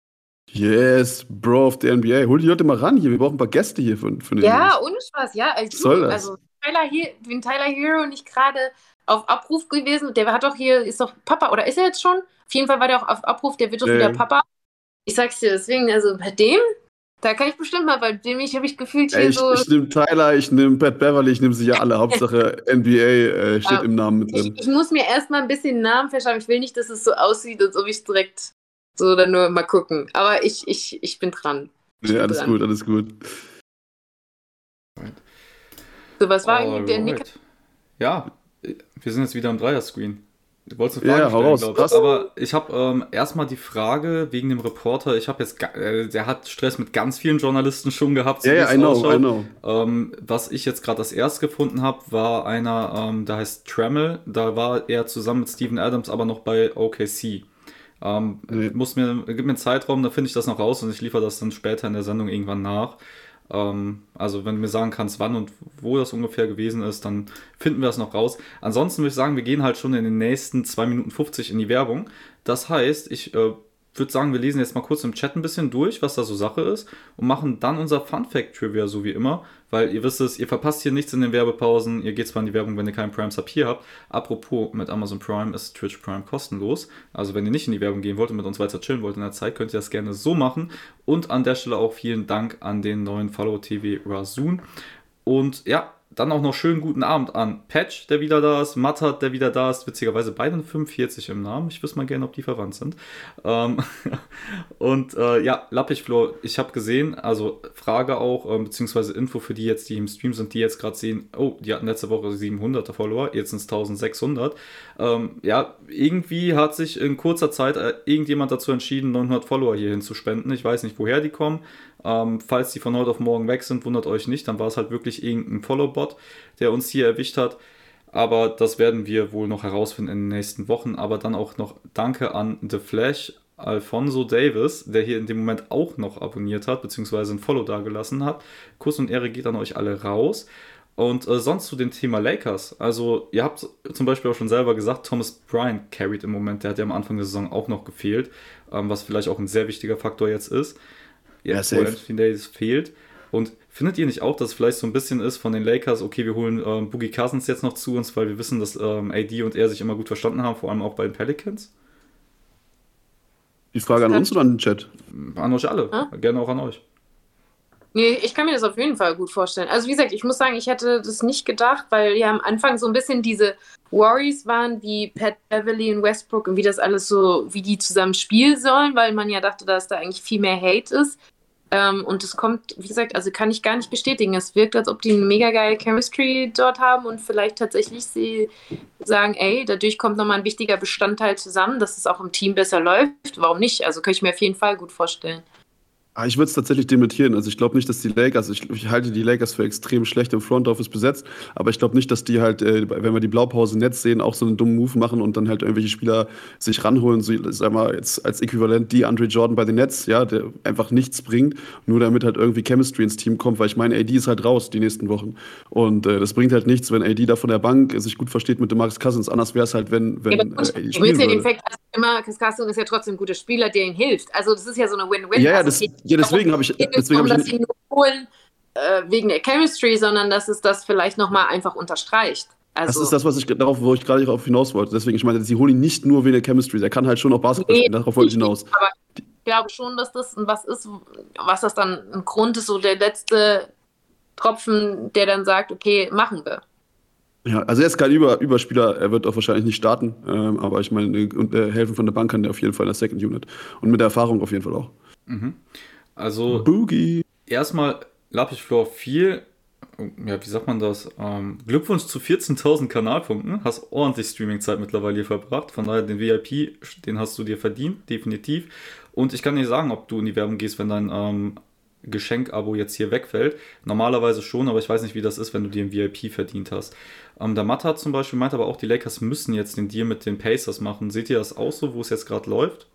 Yes, Bro of the NBA. Hol die Leute mal ran hier, wir brauchen ein paar Gäste hier für den Ja, ohne Spaß, ja. Also Tyler Hero nicht gerade auf Abruf gewesen, der hat doch hier, ist doch Papa, oder ist er jetzt schon? Auf jeden Fall war der auch auf Abruf, der wird doch wieder Papa. Ich sag's dir, deswegen, also bei dem, da kann ich bestimmt mal, weil nämlich habe ich gefühlt hier so. Ich nehme Tyler, ich nehme Pat Beverly, ich nehme sie ja alle. Hauptsache NBA steht im Namen mit drin. Ich muss mir erstmal ein bisschen Namen verschaffen. Ich will nicht, dass es so aussieht, als ob ich direkt so dann nur mal gucken. Aber ich bin dran. Alles gut. So, was war eigentlich der Nick? Ja, wir sind jetzt wieder am Dreier-Screen. Du wolltest eine Frage stellen, glaube ich. Aber ich habe erstmal die Frage wegen dem Reporter. Ich habe jetzt, der hat Stress mit ganz vielen Journalisten schon gehabt. Ja, I know. Was ich jetzt gerade als erst gefunden habe, war einer, der heißt Trammell. Da war er zusammen mit Steven Adams, aber noch bei OKC. Gib mir einen Zeitraum, da finde ich das noch raus und ich liefere das dann später in der Sendung irgendwann nach. Also wenn du mir sagen kannst, wann und wo das ungefähr gewesen ist, dann finden wir das noch raus. Ansonsten würde ich sagen, wir gehen halt schon in den nächsten 2 Minuten 50 in die Werbung. Das heißt, ich würde sagen, wir lesen jetzt mal kurz im Chat ein bisschen durch, was da so Sache ist und machen dann unser Fun-Fact-Trivia so wie immer, weil ihr wisst es, ihr verpasst hier nichts in den Werbepausen, ihr geht zwar in die Werbung, wenn ihr keinen Prime-Sub hier habt. Apropos, mit Amazon Prime ist Twitch Prime kostenlos, also wenn ihr nicht in die Werbung gehen wollt und mit uns weiter chillen wollt in der Zeit, könnt ihr das gerne so machen und an der Stelle auch vielen Dank an den neuen Follow TV Razun und ja, dann auch noch schönen guten Abend an Patch, der wieder da ist, Matthat, der wieder da ist, witzigerweise beide 45 im Namen. Ich wüsste mal gerne, ob die verwandt sind. Und ja, Lappichflor, ich habe gesehen, also Frage auch, beziehungsweise Info für die jetzt, die im Stream sind, die jetzt gerade sehen, oh, die hatten letzte Woche 700er Follower, jetzt sind es 1600. Ja, irgendwie hat sich in kurzer Zeit irgendjemand dazu entschieden, 900 Follower hierhin zu spenden. Ich weiß nicht, woher die kommen. Falls die von heute auf morgen weg sind, wundert euch nicht, dann war es halt wirklich irgendein Follow-Bot, der uns hier erwischt hat. Aber das werden wir wohl noch herausfinden in den nächsten Wochen. Aber dann auch noch Danke an The Flash, Alfonso Davis, der hier in dem Moment auch noch abonniert hat, beziehungsweise ein Follow dagelassen hat. Kuss und Ehre geht an euch alle raus. Und sonst zu dem Thema Lakers. Also ihr habt zum Beispiel auch schon selber gesagt, Thomas Bryant carried im Moment. Der hat ja am Anfang der Saison auch noch gefehlt, was vielleicht auch ein sehr wichtiger Faktor jetzt ist. Jetzt, wo Anthony Davis fehlt. Und findet ihr nicht auch, dass es vielleicht so ein bisschen ist von den Lakers, okay, wir holen Boogie Cousins jetzt noch zu uns, weil wir wissen, dass AD und er sich immer gut verstanden haben, vor allem auch bei den Pelicans? Die Frage an uns oder an den Chat? An euch alle. Gerne auch an euch. Nee, ich kann mir das auf jeden Fall gut vorstellen. Also wie gesagt, ich muss sagen, ich hätte das nicht gedacht, weil ja am Anfang so ein bisschen diese Worries waren, wie Pat Beverly und Westbrook und wie das alles so, wie die zusammen spielen sollen, weil man ja dachte, dass da eigentlich viel mehr Hate ist. Und es kommt, wie gesagt, also kann ich gar nicht bestätigen. Es wirkt, als ob die eine mega geile Chemistry dort haben und vielleicht tatsächlich sie sagen, ey, dadurch kommt nochmal ein wichtiger Bestandteil zusammen, dass es auch im Team besser läuft. Warum nicht? Also kann ich mir auf jeden Fall gut vorstellen. Ich würde es tatsächlich dementieren. Also ich glaube nicht, dass die Lakers, ich halte die Lakers für extrem schlecht im Front Office besetzt, aber ich glaube nicht, dass die halt, wenn wir die Blaupause Netz sehen, auch so einen dummen Move machen und dann halt irgendwelche Spieler sich ranholen, so, sag mal, jetzt als Äquivalent die Andre Jordan bei den Nets, ja, der einfach nichts bringt, nur damit halt irgendwie Chemistry ins Team kommt, weil ich meine, AD ist halt raus die nächsten Wochen. Und das bringt halt nichts, wenn AD da von der Bank sich gut versteht mit DeMarcus Cousins. Anders wäre es halt, wenn AD spielen würde. Den Fakt, also immer, Cousins ist ja trotzdem ein guter Spieler, der ihm hilft. Also das ist ja so eine Win-Win. Ja, deswegen habe ich dass sie nur holen wegen der Chemistry, sondern dass es das vielleicht nochmal einfach unterstreicht. Also, das ist das, wo ich gerade darauf hinaus wollte. Deswegen, ich meine, sie holen ihn nicht nur wegen der Chemistry. Er kann halt schon auch Basketball spielen, darauf wollte ich hinaus. Aber ich glaube schon, dass das was ist, was das dann ein Grund ist, so der letzte Tropfen, der dann sagt, okay, machen wir. Ja, also er ist kein Überspieler, er wird auch wahrscheinlich nicht starten, aber ich meine, helfen von der Bank kann der auf jeden Fall in der Second Unit. Und mit der Erfahrung auf jeden Fall auch. Mhm. Also Boogie. Erstmal Lappichflor viel, ja, wie sagt man das? Glückwunsch zu 14.000 Kanalpunkten. Hast ordentlich Streaming-Zeit mittlerweile hier verbracht. Von daher den VIP, den hast du dir verdient, definitiv. Und ich kann nicht sagen, ob du in die Werbung gehst, wenn dein Geschenk-Abo jetzt hier wegfällt. Normalerweise schon, aber ich weiß nicht, wie das ist, wenn du dir ein VIP verdient hast. Der Matthat zum Beispiel meint aber auch, die Lakers müssen jetzt den Deal mit den Pacers machen. Seht ihr das auch so, wo es jetzt gerade läuft?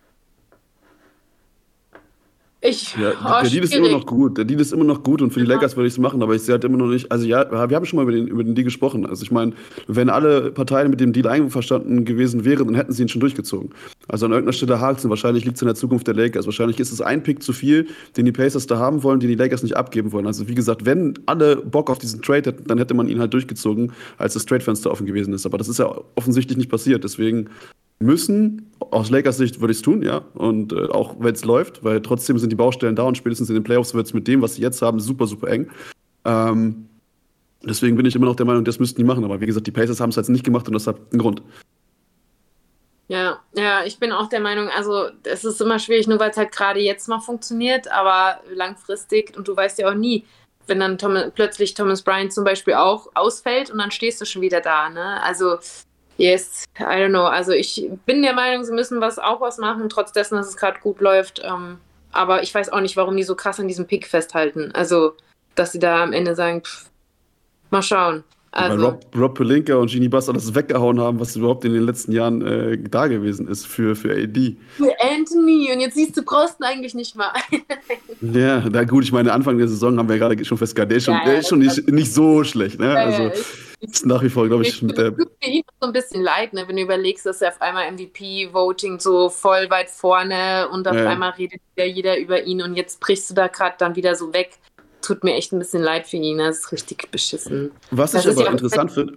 Der Deal ist immer noch gut. Der Deal ist immer noch gut und für die Lakers würde ich es machen, aber ich sehe halt immer noch nicht. Also ja, wir haben schon mal über den Deal gesprochen. Also ich meine, wenn alle Parteien mit dem Deal einverstanden gewesen wären, dann hätten sie ihn schon durchgezogen. Also an irgendeiner Stelle hakt es. Wahrscheinlich liegt es in der Zukunft der Lakers. Wahrscheinlich ist es ein Pick zu viel, den die Pacers da haben wollen, den die Lakers nicht abgeben wollen. Also wie gesagt, wenn alle Bock auf diesen Trade hätten, dann hätte man ihn halt durchgezogen, als das Trade-Fenster offen gewesen ist. Aber das ist ja offensichtlich nicht passiert. Deswegen müssen, aus Lakers Sicht würde ich es tun, ja. Und auch wenn es läuft, weil trotzdem sind die Baustellen da und spätestens in den Playoffs wird es mit dem, was sie jetzt haben, super, super eng. Deswegen bin ich immer noch der Meinung, das müssten die machen. Aber wie gesagt, die Pacers haben es jetzt nicht gemacht und das hat einen Grund. Ja, ich bin auch der Meinung, also es ist immer schwierig, nur weil es halt gerade jetzt mal funktioniert, aber langfristig, und du weißt ja auch nie, wenn dann plötzlich Thomas Bryant zum Beispiel auch ausfällt und dann stehst du schon wieder da, ne? Also yes, I don't know. Also ich bin der Meinung, sie müssen was machen, trotz dessen, dass es gerade gut läuft. Aber ich weiß auch nicht, warum die so krass an diesem Pick festhalten. Also, dass sie da am Ende sagen, mal schauen. Also, weil Rob Pelinka und Jeanie Buss alles weggehauen haben, was überhaupt in den letzten Jahren da gewesen ist für AD. Für Anthony. Und jetzt siehst du, brauchst ihn eigentlich nicht mal. Ja, na gut, ich meine, Anfang der Saison haben wir gerade schon festgehalten, der ist schon nicht so schlecht. Ne? Also ist nach wie vor, glaube ich, mit der... Tut mir so ein bisschen leid, ne? Wenn du überlegst, dass er auf einmal MVP-Voting so voll weit vorne und auf einmal redet wieder jeder über ihn und jetzt brichst du da gerade dann wieder so weg. Tut mir echt ein bisschen leid für ihn, das ist richtig beschissen. Was ich aber interessant finde,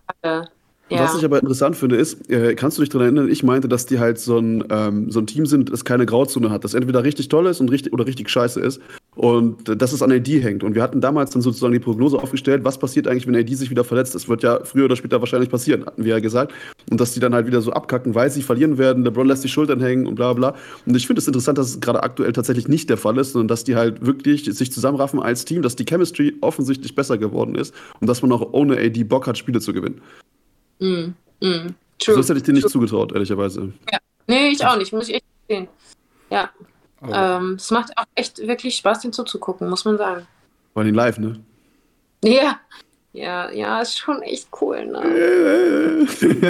ist, kannst du dich daran erinnern, ich meinte, dass die halt so ein Team sind, das keine Grauzone hat, das entweder richtig toll ist und richtig scheiße ist. Und dass es an AD hängt. Und wir hatten damals dann sozusagen die Prognose aufgestellt, was passiert eigentlich, wenn AD sich wieder verletzt. Das wird ja früher oder später wahrscheinlich passieren, hatten wir ja gesagt. Und dass die dann halt wieder so abkacken, weil sie verlieren werden. LeBron lässt die Schultern hängen und bla bla. Und ich finde es interessant, dass es gerade aktuell tatsächlich nicht der Fall ist, sondern dass die halt wirklich sich zusammenraffen als Team, dass die Chemistry offensichtlich besser geworden ist und dass man auch ohne AD Bock hat, Spiele zu gewinnen. True. Sonst hätte ich dir nicht zugetraut, ehrlicherweise. Ja. Nee, ich auch nicht, muss ich echt sehen. Ja. Aber Es macht auch echt wirklich Spaß, den zuzugucken, muss man sagen. War den live, ne? Ja. Ja, ist schon echt cool, ne?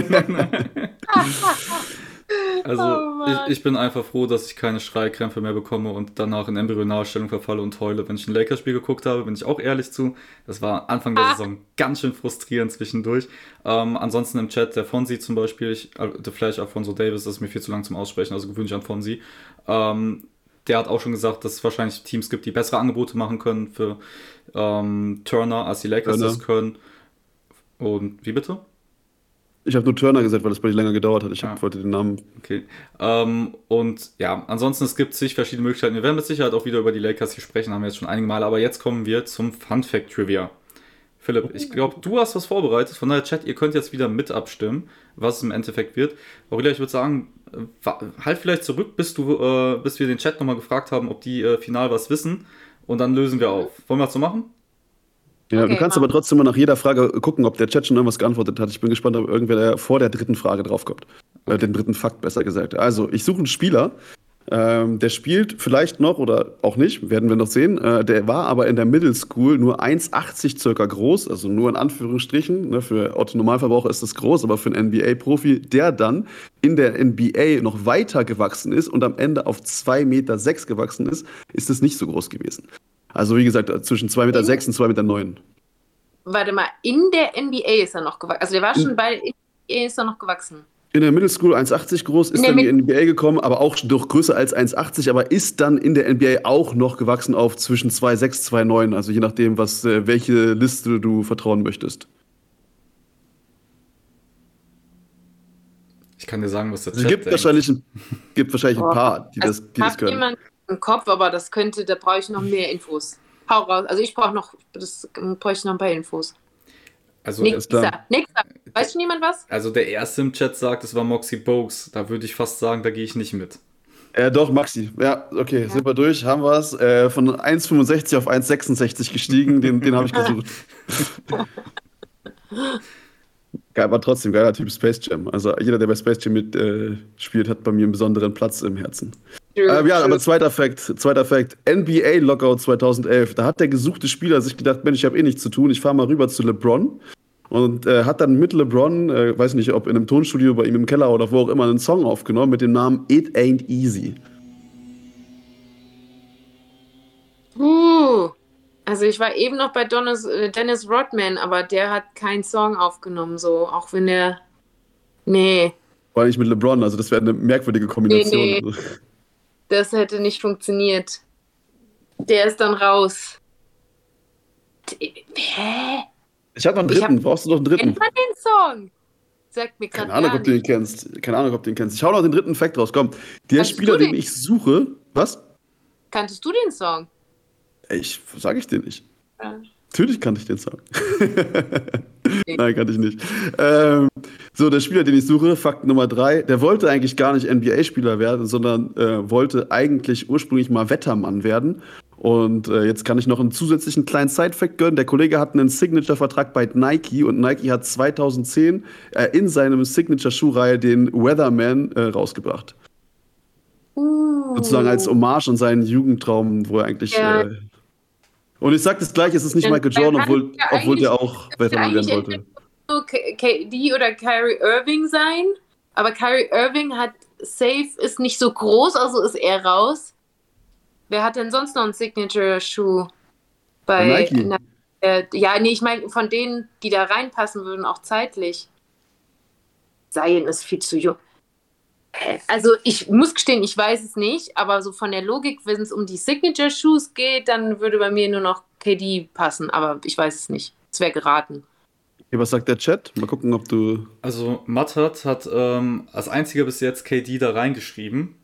Also, Oh Mann. ich bin einfach froh, dass ich keine Schreikrämpfe mehr bekomme und danach in Embryonalstellung verfalle und heule. Wenn ich ein Lakers-Spiel geguckt habe, bin ich auch ehrlich zu. Das war Anfang der Saison ganz schön frustrierend zwischendurch. Ansonsten im Chat, der Fonzie zum Beispiel, der Flash Alfonso Davis, das ist mir viel zu lang zum Aussprechen, also gewöhnlich an Fonzie. Der hat auch schon gesagt, dass es wahrscheinlich Teams gibt, die bessere Angebote machen können für Turner, als die Lakers Turner. das können. Und wie bitte? Ich habe nur Turner gesagt, weil das bei dir länger gedauert hat. Ich Ah. wollte den Namen. Okay. Und ja, ansonsten, es gibt sich verschiedene Möglichkeiten. Wir werden mit Sicherheit auch wieder über die Lakers hier sprechen, haben wir jetzt schon einige Male, aber jetzt kommen wir zum Fun Fact Trivia. Philipp, ich glaube, du hast was vorbereitet, von daher Chat, ihr könnt jetzt wieder mit abstimmen, was es im Endeffekt wird. Aurelia, ich würde sagen, halt vielleicht zurück, bis wir den Chat nochmal gefragt haben, ob die final was wissen und dann lösen wir auf. Wollen wir das so machen? Ja, Okay, du kannst mach. aber trotzdem mal nach jeder Frage gucken, ob der Chat schon irgendwas geantwortet hat. Ich bin gespannt, ob irgendwer vor der dritten Frage draufkommt. Den dritten Fakt, besser gesagt. Also, ich suche einen Spieler, der spielt vielleicht noch oder auch nicht, werden wir noch sehen. Der war aber in der Middle School nur 1,80 circa groß, also nur in Anführungsstrichen. Ne, für Otto-Normalverbraucher ist das groß, aber für einen NBA-Profi, der dann in der NBA noch weiter gewachsen ist und am Ende auf 2,6 Meter gewachsen ist es nicht so groß gewesen. Also wie gesagt, zwischen 2,6 Meter und 2,9 Meter. Warte mal, in der NBA ist er noch gewachsen. Also der war schon bei in der NBA ist er noch gewachsen. In der Middle School 1,80 groß, ist In der dann in die NBA gekommen, aber auch durch größer als 1,80, aber ist dann in der NBA auch noch gewachsen auf zwischen 2,6, 2,9, also je nachdem, welche Liste du vertrauen möchtest. Ich kann dir sagen, was der Es Chat gibt denkt. wahrscheinlich ein paar, die Also, das hat können. jemand im Kopf, aber da brauche ich noch mehr Infos. Hau raus. Also ich brauche noch ein paar Infos. Also, Nächster. Weiß schon jemand was? also der erste im Chat sagt, es war Moxie Bogues. Da würde ich fast sagen, da gehe ich nicht mit. Doch, Maxi. Ja, okay, sind wir durch, haben wir es. Von 1,65 auf 1,66 gestiegen, den habe ich gesucht. Geil, aber trotzdem geiler Typ Space Jam. Also jeder, der bei Space Jam mitspielt, hat bei mir einen besonderen Platz im Herzen. Aber zweiter Fact. NBA Lockout 2011. Da hat der gesuchte Spieler sich gedacht, Mensch, ich habe eh nichts zu tun, ich fahre mal rüber zu LeBron. Und hat dann mit LeBron, weiß nicht, ob in einem Tonstudio bei ihm im Keller oder wo auch immer, einen Song aufgenommen mit dem Namen It Ain't Easy. Also ich war eben noch bei Dennis Rodman, aber der hat keinen Song aufgenommen, so, auch wenn der. Nee, War nicht mit LeBron, also das wäre eine merkwürdige Kombination. Nee. Also, das hätte nicht funktioniert. Der ist dann raus. Hä? ich habe noch einen dritten. Brauchst du noch einen dritten? Kennt man den Song? Sagt mir gerade Keine Ahnung, gar ob du den nicht. kennst. Keine Ahnung, ob du den kennst. Ich hau noch den dritten Fact raus. Komm, der Kanntest Spieler, du den? den ich suche. Was? Kanntest du den Song? Sag ich dir nicht. Ja. Natürlich kannte ich den Song. Nein, kannte ich nicht. So, der Spieler, den ich suche, Fakt Nummer 3, der wollte eigentlich gar nicht NBA-Spieler werden, sondern wollte eigentlich ursprünglich mal Wettermann werden. Und jetzt kann ich noch einen zusätzlichen kleinen Side-Fact gönnen. Der Kollege hat einen Signature-Vertrag bei Nike und Nike hat 2010 in seinem Signature-Schuhreihe den Weatherman rausgebracht. Sozusagen als Hommage an seinen Jugendtraum, wo er eigentlich. Ja. Und ich sag das gleich, es ist nicht Michael Jordan, obwohl der auch Weatherman werden wollte. So KD oder Kyrie Irving sein, aber Kyrie Irving ist nicht so groß, also ist er raus. Wer hat denn sonst noch einen Signature-Schuh? Bei Nike. Ich meine, von denen, die da reinpassen würden, auch zeitlich. Zion ist viel zu jung. Also ich muss gestehen, ich weiß es nicht, aber so von der Logik, wenn es um die Signature-Shoes geht, dann würde bei mir nur noch KD passen, aber ich weiß es nicht. Es wäre geraten. Okay, was sagt der Chat? Mal gucken, ob du. Also Matt hat als einziger bis jetzt KD da reingeschrieben.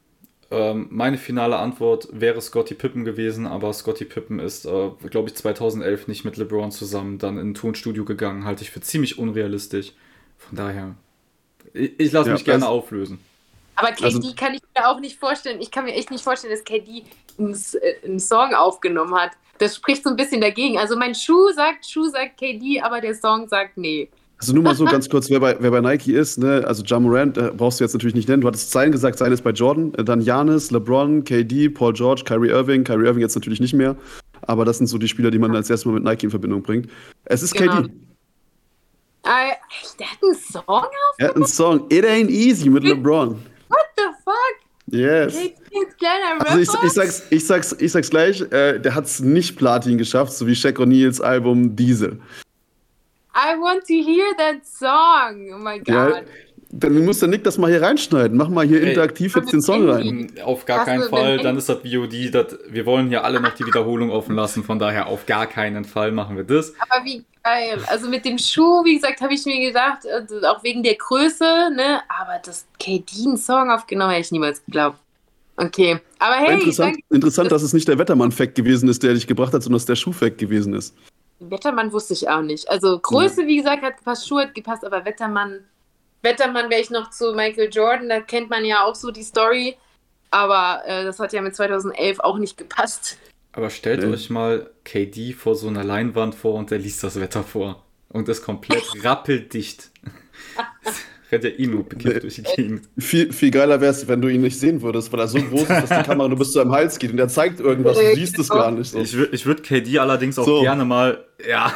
Meine finale Antwort wäre Scottie Pippen gewesen, aber Scottie Pippen ist, glaube ich, 2011 nicht mit LeBron zusammen dann in ein Tonstudio gegangen. Halte ich für ziemlich unrealistisch. Von daher, ich lasse mich gerne auflösen. Aber KD kann ich mir auch nicht vorstellen. Ich kann mir echt nicht vorstellen, dass KD einen Song aufgenommen hat. Das spricht so ein bisschen dagegen. Also mein Schuh sagt KD, aber der Song sagt nee. Also nur mal so ganz kurz, wer bei Nike ist, ne? Also Ja Morant brauchst du jetzt natürlich nicht nennen. Du hattest Zion gesagt, Zion ist bei Jordan, dann Giannis, LeBron, KD, Paul George, Kyrie Irving jetzt natürlich nicht mehr. Aber das sind so die Spieler, die man als erstes Mal mit Nike in Verbindung bringt. Es ist Genau. KD. Der hat einen Song auf? Er hat einen Song, It Ain't Easy mit LeBron. What the fuck? Yes. KD ist kleiner Rapper? Also ich sag's gleich, der hat's nicht Platin geschafft, so wie Shaq O'Neals Album Diesel. I want to hear that song. Oh my God. Ja, dann muss der Nick das mal hier reinschneiden. Mach mal hier interaktiv jetzt den Song rein. Auf gar keinen Fall, dann ist das VOD. Wir wollen hier alle noch die Wiederholung offen lassen, von daher auf gar keinen Fall machen wir das. Aber wie geil. Also mit dem Schuh, wie gesagt, habe ich mir gedacht, auch wegen der Größe, ne? Aber dass KD einen Song aufgenommen hätte ich niemals geglaubt. Okay, aber hey. Interessant, dass es nicht der Wettermann-Fact gewesen ist, der dich gebracht hat, sondern dass der Schuh-Fact gewesen ist. Wettermann wusste ich auch nicht. Also Größe, wie gesagt, hat gepasst, Schuhe hat gepasst, aber Wettermann wäre ich noch zu Michael Jordan, da kennt man ja auch so die Story, aber das hat ja mit 2011 auch nicht gepasst. Aber stellt euch mal KD vor so einer Leinwand vor und der liest das Wetter vor und ist komplett rappeldicht. Rennt ja nur bekifft durch die Gegend. Viel geiler wäre es, wenn du ihn nicht sehen würdest, weil er so groß ist, dass die Kamera nur bis zu seinem Hals geht und er zeigt irgendwas, du siehst es gar nicht. So. Ich würd KD allerdings auch gerne mal, ja.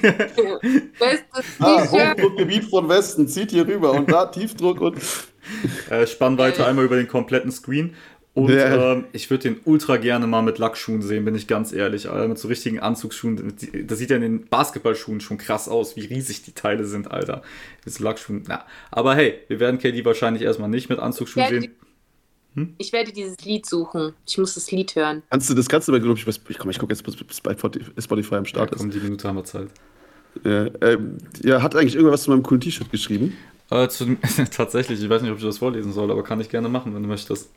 Hochdruckgebiet von Westen, zieht hier rüber und da Tiefdruck und... Spannweite einmal über den kompletten Screen. Und ich würde den ultra gerne mal mit Lackschuhen sehen, bin ich ganz ehrlich. Alter, mit so richtigen Anzugsschuhen. Das sieht ja in den Basketballschuhen schon krass aus, wie riesig die Teile sind, Alter. Diese Lackschuhen, na. Aber hey, wir werden KD wahrscheinlich erstmal nicht mit Anzugsschuhen sehen. Ich werde dieses Lied suchen. Ich muss das Lied hören. Das kannst du aber, glaube ich gucke jetzt bis bei Spotify am Start ist. Die Minute haben wir Zeit. Hat eigentlich irgendwas zu meinem coolen T-Shirt geschrieben? Tatsächlich, ich weiß nicht, ob ich das vorlesen soll, aber kann ich gerne machen, wenn du möchtest.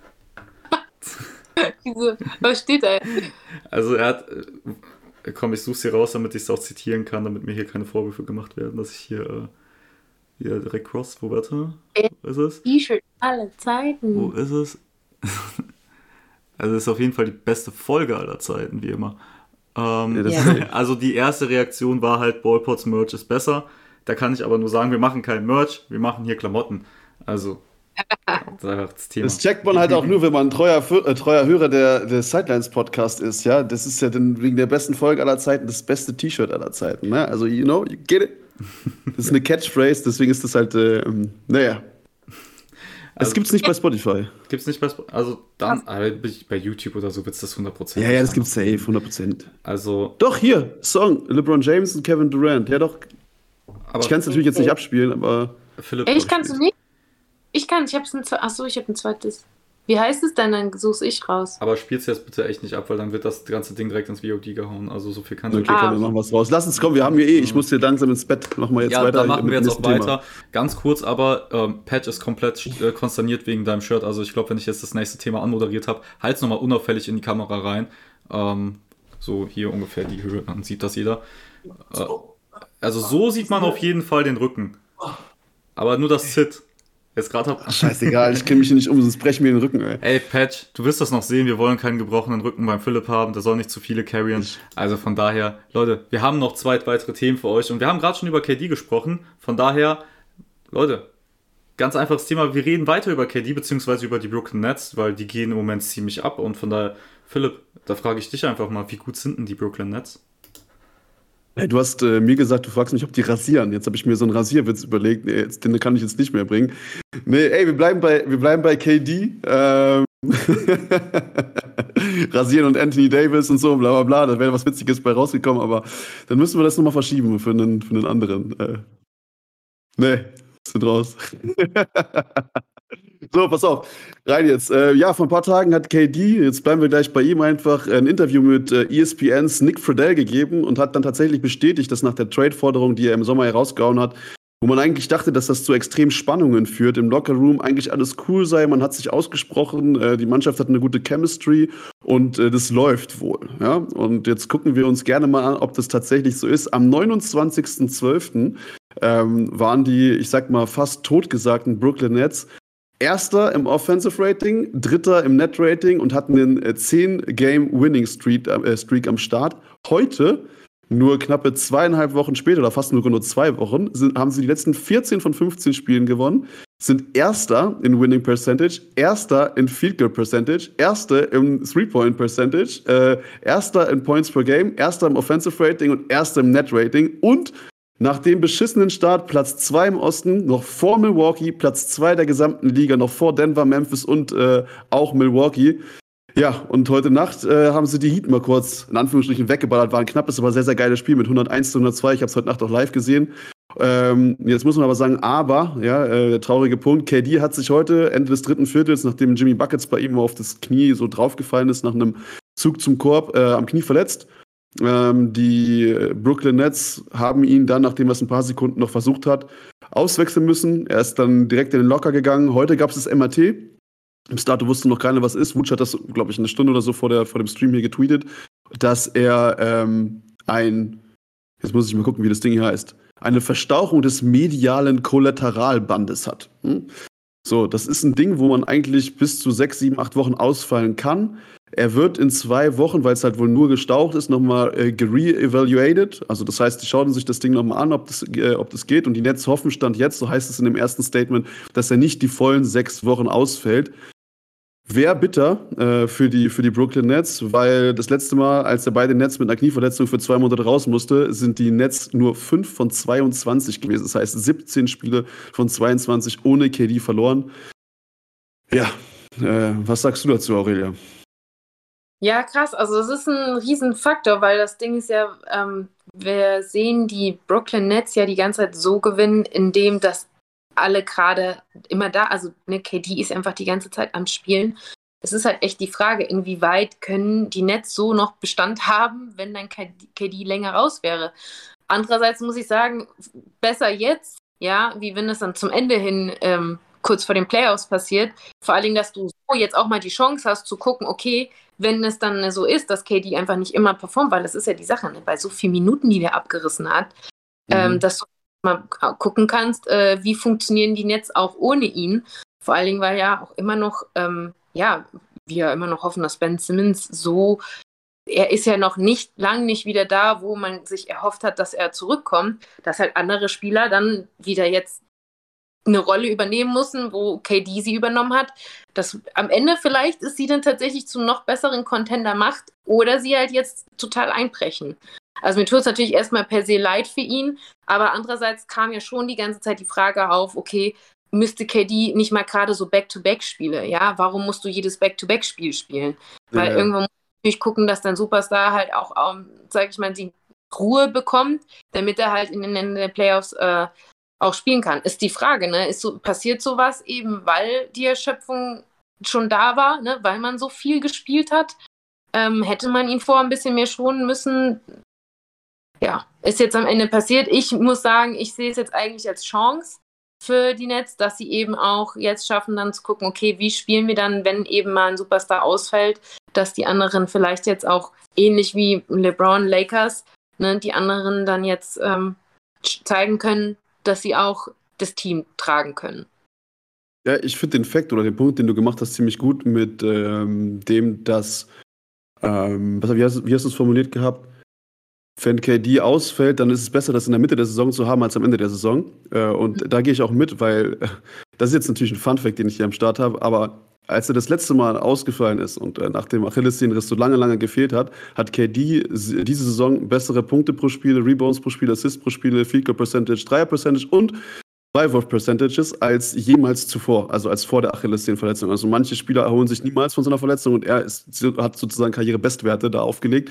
Was steht da? Also er hat, komm, ich such's hier raus, damit ich es auch zitieren kann, damit mir hier keine Vorwürfe gemacht werden, dass ich hier direkt cross, wo ist es? T-Shirt aller Zeiten. Wo ist es? Also es ist auf jeden Fall die beste Folge aller Zeiten, wie immer. Also die erste Reaktion war halt, Ballpots Merch ist besser. Da kann ich aber nur sagen, wir machen kein Merch, wir machen hier Klamotten. Also das Thema. Das checkt man halt auch nur, wenn man ein treuer Hörer der Sidelines-Podcast ist, ja. Das ist ja dann wegen der besten Folge aller Zeiten das beste T-Shirt aller Zeiten, ne? Also, you get it. Das ist eine Catchphrase, deswegen ist das halt, naja. Das gibt's nicht bei Spotify. Gibt's nicht bei Spotify? Also dann, bei YouTube oder so wird's das 100%. Ja, das gibt's safe, 100%. Also. Doch, hier, Song, LeBron James und Kevin Durant. Ja, doch. Aber ich kann es natürlich jetzt nicht abspielen, aber. Philipp, ich kann es nicht. Ich habe ein zweites. Wie heißt es denn? Dann suche ich raus. Aber spiel's jetzt bitte echt nicht ab, weil dann wird das ganze Ding direkt ins VOD gehauen. Also so viel kann ich nicht. Okay, komm, wir machen was raus. Lass uns kommen, wir haben hier ich muss hier langsam ins Bett. Machen wir jetzt weiter. Ja, dann machen wir jetzt auch weiter. Ganz kurz, aber Patch ist komplett konsterniert wegen deinem Shirt. Also ich glaube, wenn ich jetzt das nächste Thema anmoderiert habe, halt's nochmal unauffällig in die Kamera rein. So hier ungefähr die Höhe, dann sieht das jeder. Also so sieht man auf jeden Fall den Rücken. Aber nur das Sit. Jetzt gerade scheißegal, ich kenne mich hier nicht um, sonst brechen mir den Rücken, ey. Ey, Patch, du wirst das noch sehen, wir wollen keinen gebrochenen Rücken beim Philipp haben, der soll nicht zu viele carryen. Also von daher, Leute, wir haben noch 2 weitere Themen für euch und wir haben gerade schon über KD gesprochen. Von daher, Leute, ganz einfaches Thema, wir reden weiter über KD, beziehungsweise über die Brooklyn Nets, weil die gehen im Moment ziemlich ab und von daher, Philipp, da frage ich dich einfach mal, wie gut sind denn die Brooklyn Nets? Hey, du hast mir gesagt, du fragst mich, ob die rasieren. Jetzt habe ich mir so einen Rasierwitz überlegt. Nee, den kann ich jetzt nicht mehr bringen. Nee, ey, wir bleiben bei KD. Rasieren und Anthony Davis und so, bla bla bla. Da wäre was Witziges bei rausgekommen, aber dann müssen wir das nochmal verschieben für einen anderen. Nee, sind raus. So, pass auf, rein jetzt. Vor ein paar Tagen hat KD, jetzt bleiben wir gleich bei ihm einfach, ein Interview mit ESPNs Nick Friedell gegeben und hat dann tatsächlich bestätigt, dass nach der Trade-Forderung, die er im Sommer herausgehauen hat, wo man eigentlich dachte, dass das zu extremen Spannungen führt, im Lockerroom eigentlich alles cool sei, man hat sich ausgesprochen, die Mannschaft hat eine gute Chemistry und das läuft wohl. Ja? Und jetzt gucken wir uns gerne mal an, ob das tatsächlich so ist. Am 29.12. Waren die, ich sag mal, fast totgesagten Brooklyn Nets Erster im Offensive Rating, Dritter im Net Rating und hatten einen 10-Game-Winning-Streak am Start. Heute, nur knappe 2,5 Wochen später, oder fast nur 2 Wochen, haben sie die letzten 14 von 15 Spielen gewonnen, sind Erster in Winning Percentage, Erster in Field Goal Percentage, Erster im Three-Point Percentage, Erster in Points per Game, Erster im Offensive Rating und Erster im Net Rating und nach dem beschissenen Start Platz 2 im Osten, noch vor Milwaukee, Platz 2 der gesamten Liga, noch vor Denver, Memphis und auch Milwaukee. Ja, und heute Nacht haben sie die Heat mal kurz in Anführungsstrichen weggeballert. War ein knappes, aber sehr, sehr geiles Spiel mit 101-102. Ich habe es heute Nacht auch live gesehen. Jetzt muss man aber sagen, der traurige Punkt, KD hat sich heute, Ende des dritten Viertels, nachdem Jimmy Buckets bei ihm auf das Knie so draufgefallen ist, nach einem Zug zum Korb, am Knie verletzt. Die Brooklyn Nets haben ihn dann, nachdem er es ein paar Sekunden noch versucht hat, auswechseln müssen. Er ist dann direkt in den Locker gegangen. Heute gab es das MRT. Im Start wusste noch keiner, was ist. Wutsch hat das, glaube ich, eine Stunde oder so vor dem Stream hier getweetet, dass er jetzt muss ich mal gucken, wie das Ding hier heißt, eine Verstauchung des medialen Kollateralbandes hat. So, das ist ein Ding, wo man eigentlich bis zu 6, 7, 8 Wochen ausfallen kann. Er wird in 2 Wochen, weil es halt wohl nur gestaucht ist, nochmal ge-re-evaluated. Also das heißt, die schauen sich das Ding nochmal an, ob das geht. Und die Nets hoffen, Stand jetzt, so heißt es in dem ersten Statement, dass er nicht die vollen 6 Wochen ausfällt. Wäre bitter für die Brooklyn Nets, weil das letzte Mal, als er bei den Nets mit einer Knieverletzung für 2 Monate raus musste, sind die Nets nur 5 von 22 gewesen. Das heißt, 17 Spiele von 22 ohne KD verloren. Ja, was sagst du dazu, Aurelia? Ja, krass. Also es ist ein Riesenfaktor, weil das Ding ist ja, wir sehen die Brooklyn Nets ja die ganze Zeit so gewinnen, indem das alle gerade immer da, also KD ist einfach die ganze Zeit am Spielen. Es ist halt echt die Frage, inwieweit können die Nets so noch Bestand haben, wenn dann KD länger raus wäre. Andererseits muss ich sagen, besser jetzt, ja, wie wenn es dann zum Ende hin kurz vor den Playoffs passiert. Vor allen Dingen, dass du so jetzt auch mal die Chance hast zu gucken, okay, wenn es dann so ist, dass KD einfach nicht immer performt, weil das ist ja die Sache, ne, bei so vielen Minuten, die der abgerissen hat, dass du mal gucken kannst, wie funktionieren die Nets auch ohne ihn. Vor allen Dingen, weil ja auch immer noch, wir immer noch hoffen, dass Ben Simmons er ist ja noch lang nicht wieder da, wo man sich erhofft hat, dass er zurückkommt, dass halt andere Spieler dann wieder jetzt eine Rolle übernehmen müssen, wo KD sie übernommen hat, dass am Ende vielleicht ist sie dann tatsächlich zum noch besseren Contender macht oder sie halt jetzt total einbrechen. Also mir tut es natürlich erstmal per se leid für ihn, aber andererseits kam ja schon die ganze Zeit die Frage auf, okay, müsste KD nicht mal gerade so Back-to-Back-Spiele, ja? Warum musst du jedes Back-to-Back-Spiel spielen? Weil irgendwann muss man natürlich gucken, dass dein Superstar halt auch, sag ich mal, die Ruhe bekommt, damit er halt in den Playoffs auch spielen kann. Ist die Frage, ne? Passiert sowas eben, weil die Erschöpfung schon da war, ne? Weil man so viel gespielt hat? Hätte man ihn vorher ein bisschen mehr schonen müssen? Ja, ist jetzt am Ende passiert. Ich muss sagen, ich sehe es jetzt eigentlich als Chance für die Nets, dass sie eben auch jetzt schaffen, dann zu gucken, okay, wie spielen wir dann, wenn eben mal ein Superstar ausfällt, dass die anderen vielleicht jetzt auch ähnlich wie LeBron, Lakers, ne, die anderen dann jetzt zeigen können, dass sie auch das Team tragen können. Ja, ich finde den Fakt oder den Punkt, den du gemacht hast, ziemlich gut mit dem, dass, wie hast du es formuliert gehabt? Wenn KD ausfällt, dann ist es besser, das in der Mitte der Saison zu haben, als am Ende der Saison. Und da gehe ich auch mit, weil das ist jetzt natürlich ein Fun-Fact, den ich hier am Start habe, aber als er das letzte Mal ausgefallen ist und nach dem Achillessehnenriss so lange gefehlt hat, hat KD diese Saison bessere Punkte pro Spiel, Rebounds pro Spiel, Assists pro Spiel, Field Goal Percentage, Dreier Percentage und Freiwurf Percentages als jemals zuvor, also als vor der Achillessehnenverletzung. Also manche Spieler erholen sich niemals von so einer Verletzung und er hat sozusagen Karrierebestwerte da aufgelegt.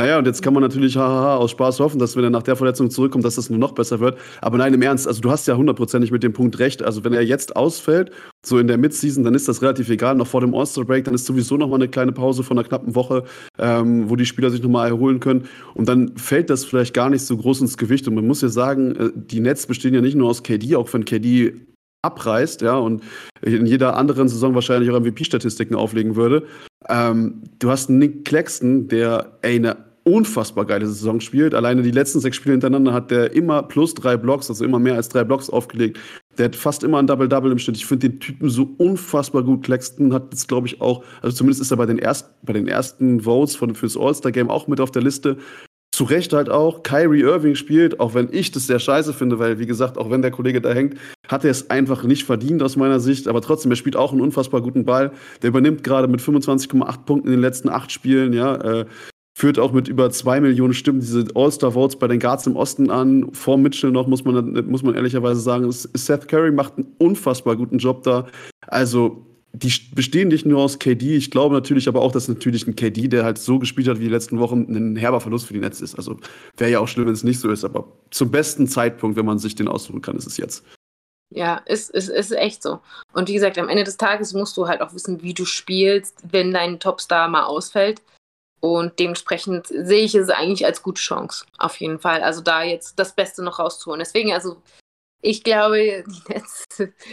Naja, und jetzt kann man natürlich hahaha aus Spaß hoffen, dass wenn er nach der Verletzung zurückkommt, dass das nur noch besser wird. Aber nein, im Ernst, also du hast ja hundertprozentig mit dem Punkt recht. Also wenn er jetzt ausfällt, so in der Midseason, dann ist das relativ egal. Noch vor dem All-Star-Break, dann ist sowieso noch mal eine kleine Pause von einer knappen Woche, wo die Spieler sich noch mal erholen können. Und dann fällt das vielleicht gar nicht so groß ins Gewicht. Und man muss ja sagen, die Nets bestehen ja nicht nur aus KD, auch wenn KD abreißt, ja, und in jeder anderen Saison wahrscheinlich auch MVP-Statistiken auflegen würde. Du hast Nick Claxton, der eine unfassbar geile Saison spielt. Alleine die letzten 6 Spiele hintereinander hat der immer plus 3 Blocks, also immer mehr als 3 Blocks aufgelegt. Der hat fast immer ein Double-Double im Schnitt. Ich finde den Typen so unfassbar gut. Claxton hat jetzt, glaube ich, auch, also zumindest ist er bei den ersten Votes fürs All-Star-Game auch mit auf der Liste. Zu Recht halt auch. Kyrie Irving spielt, auch wenn ich das sehr scheiße finde, weil, wie gesagt, auch wenn der Kollege da hängt, hat er es einfach nicht verdient aus meiner Sicht. Aber trotzdem, er spielt auch einen unfassbar guten Ball. Der übernimmt gerade mit 25,8 Punkten in den letzten 8 Spielen, ja, führt auch mit über 2 Millionen Stimmen diese All-Star-Votes bei den Guards im Osten an. Vor Mitchell noch, muss man ehrlicherweise sagen. Seth Curry macht einen unfassbar guten Job da. Also, die bestehen nicht nur aus KD. Ich glaube natürlich aber auch, dass natürlich ein KD, der halt so gespielt hat wie die letzten Wochen, ein herber Verlust für die Nets ist. Also, wäre ja auch schlimm, wenn es nicht so ist. Aber zum besten Zeitpunkt, wenn man sich den aussuchen kann, ist es jetzt. Ja, ist echt so. Und wie gesagt, am Ende des Tages musst du halt auch wissen, wie du spielst, wenn dein Topstar mal ausfällt. Und dementsprechend sehe ich es eigentlich als gute Chance, auf jeden Fall. Also da jetzt das Beste noch rauszuholen. Deswegen, also ich glaube, die Nets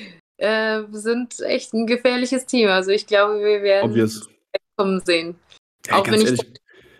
sind echt ein gefährliches Team. Also ich glaube, wir werden Obvious. kommen sehen. Ey, auch ganz wenn ehrlich,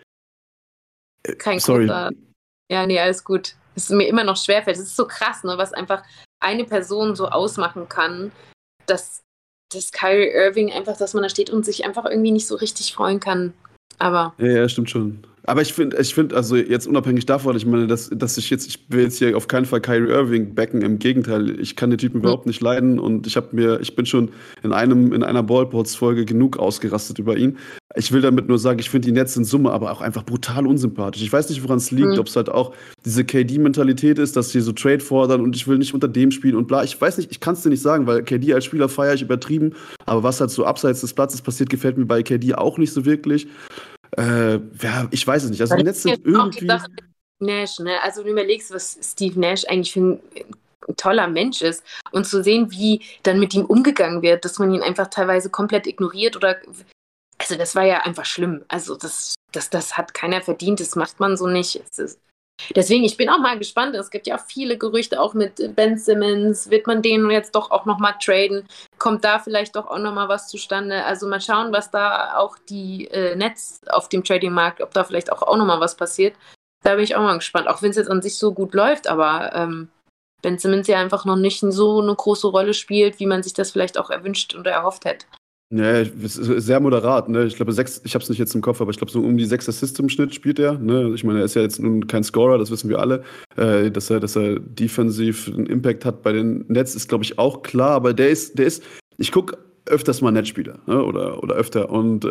ich kein sorry. großer... Ja, nee, alles gut. Es mir immer noch schwerfällt. Es ist so krass, ne, was einfach eine Person so ausmachen kann, dass Kyrie Irving einfach, dass man da steht und sich einfach irgendwie nicht so richtig freuen kann. Aber Ja, stimmt schon. Aber ich finde, also jetzt unabhängig davon, ich meine, ich will jetzt hier auf keinen Fall Kyrie Irving backen, im Gegenteil, ich kann den Typen überhaupt nicht leiden und ich bin schon in einer Ballpots-Folge genug ausgerastet über ihn. Ich will damit nur sagen, ich finde die Nets in Summe aber auch einfach brutal unsympathisch. Ich weiß nicht, woran es liegt, ob es halt auch diese KD-Mentalität ist, dass sie so Trade fordern und ich will nicht unter dem spielen und bla. Ich weiß nicht, ich kann es dir nicht sagen, weil KD als Spieler feiere ich übertrieben, aber was halt so abseits des Platzes passiert, gefällt mir bei KD auch nicht so wirklich. Ja, ich weiß es nicht. Also die Nets sind irgendwie. Nash, ne? Also du überlegst, was Steve Nash eigentlich für ein toller Mensch ist und zu sehen, wie dann mit ihm umgegangen wird, dass man ihn einfach teilweise komplett ignoriert oder also das war ja einfach schlimm. Also das hat keiner verdient, das macht man so nicht. Deswegen, ich bin auch mal gespannt. Es gibt ja auch viele Gerüchte, auch mit Ben Simmons. Wird man den jetzt doch auch nochmal traden? Kommt da vielleicht doch auch nochmal was zustande? Also mal schauen, was da auch die Nets auf dem Trading-Markt, ob da vielleicht auch nochmal was passiert. Da bin ich auch mal gespannt. Auch wenn es jetzt an sich so gut läuft, aber Ben Simmons ja einfach noch nicht so eine große Rolle spielt, wie man sich das vielleicht auch erwünscht oder erhofft hätte. Ja, es ist sehr moderat, ne? Ich glaube, ich habe es nicht jetzt im Kopf, aber ich glaube, so um die 6 Assists im Schnitt spielt er, ne? Ich meine, er ist ja jetzt nun kein Scorer, das wissen wir alle. Dass er defensiv einen Impact hat bei den Nets, ist, glaube ich, auch klar, aber ich gucke öfters mal Netzspieler, ne? Oder öfter. Und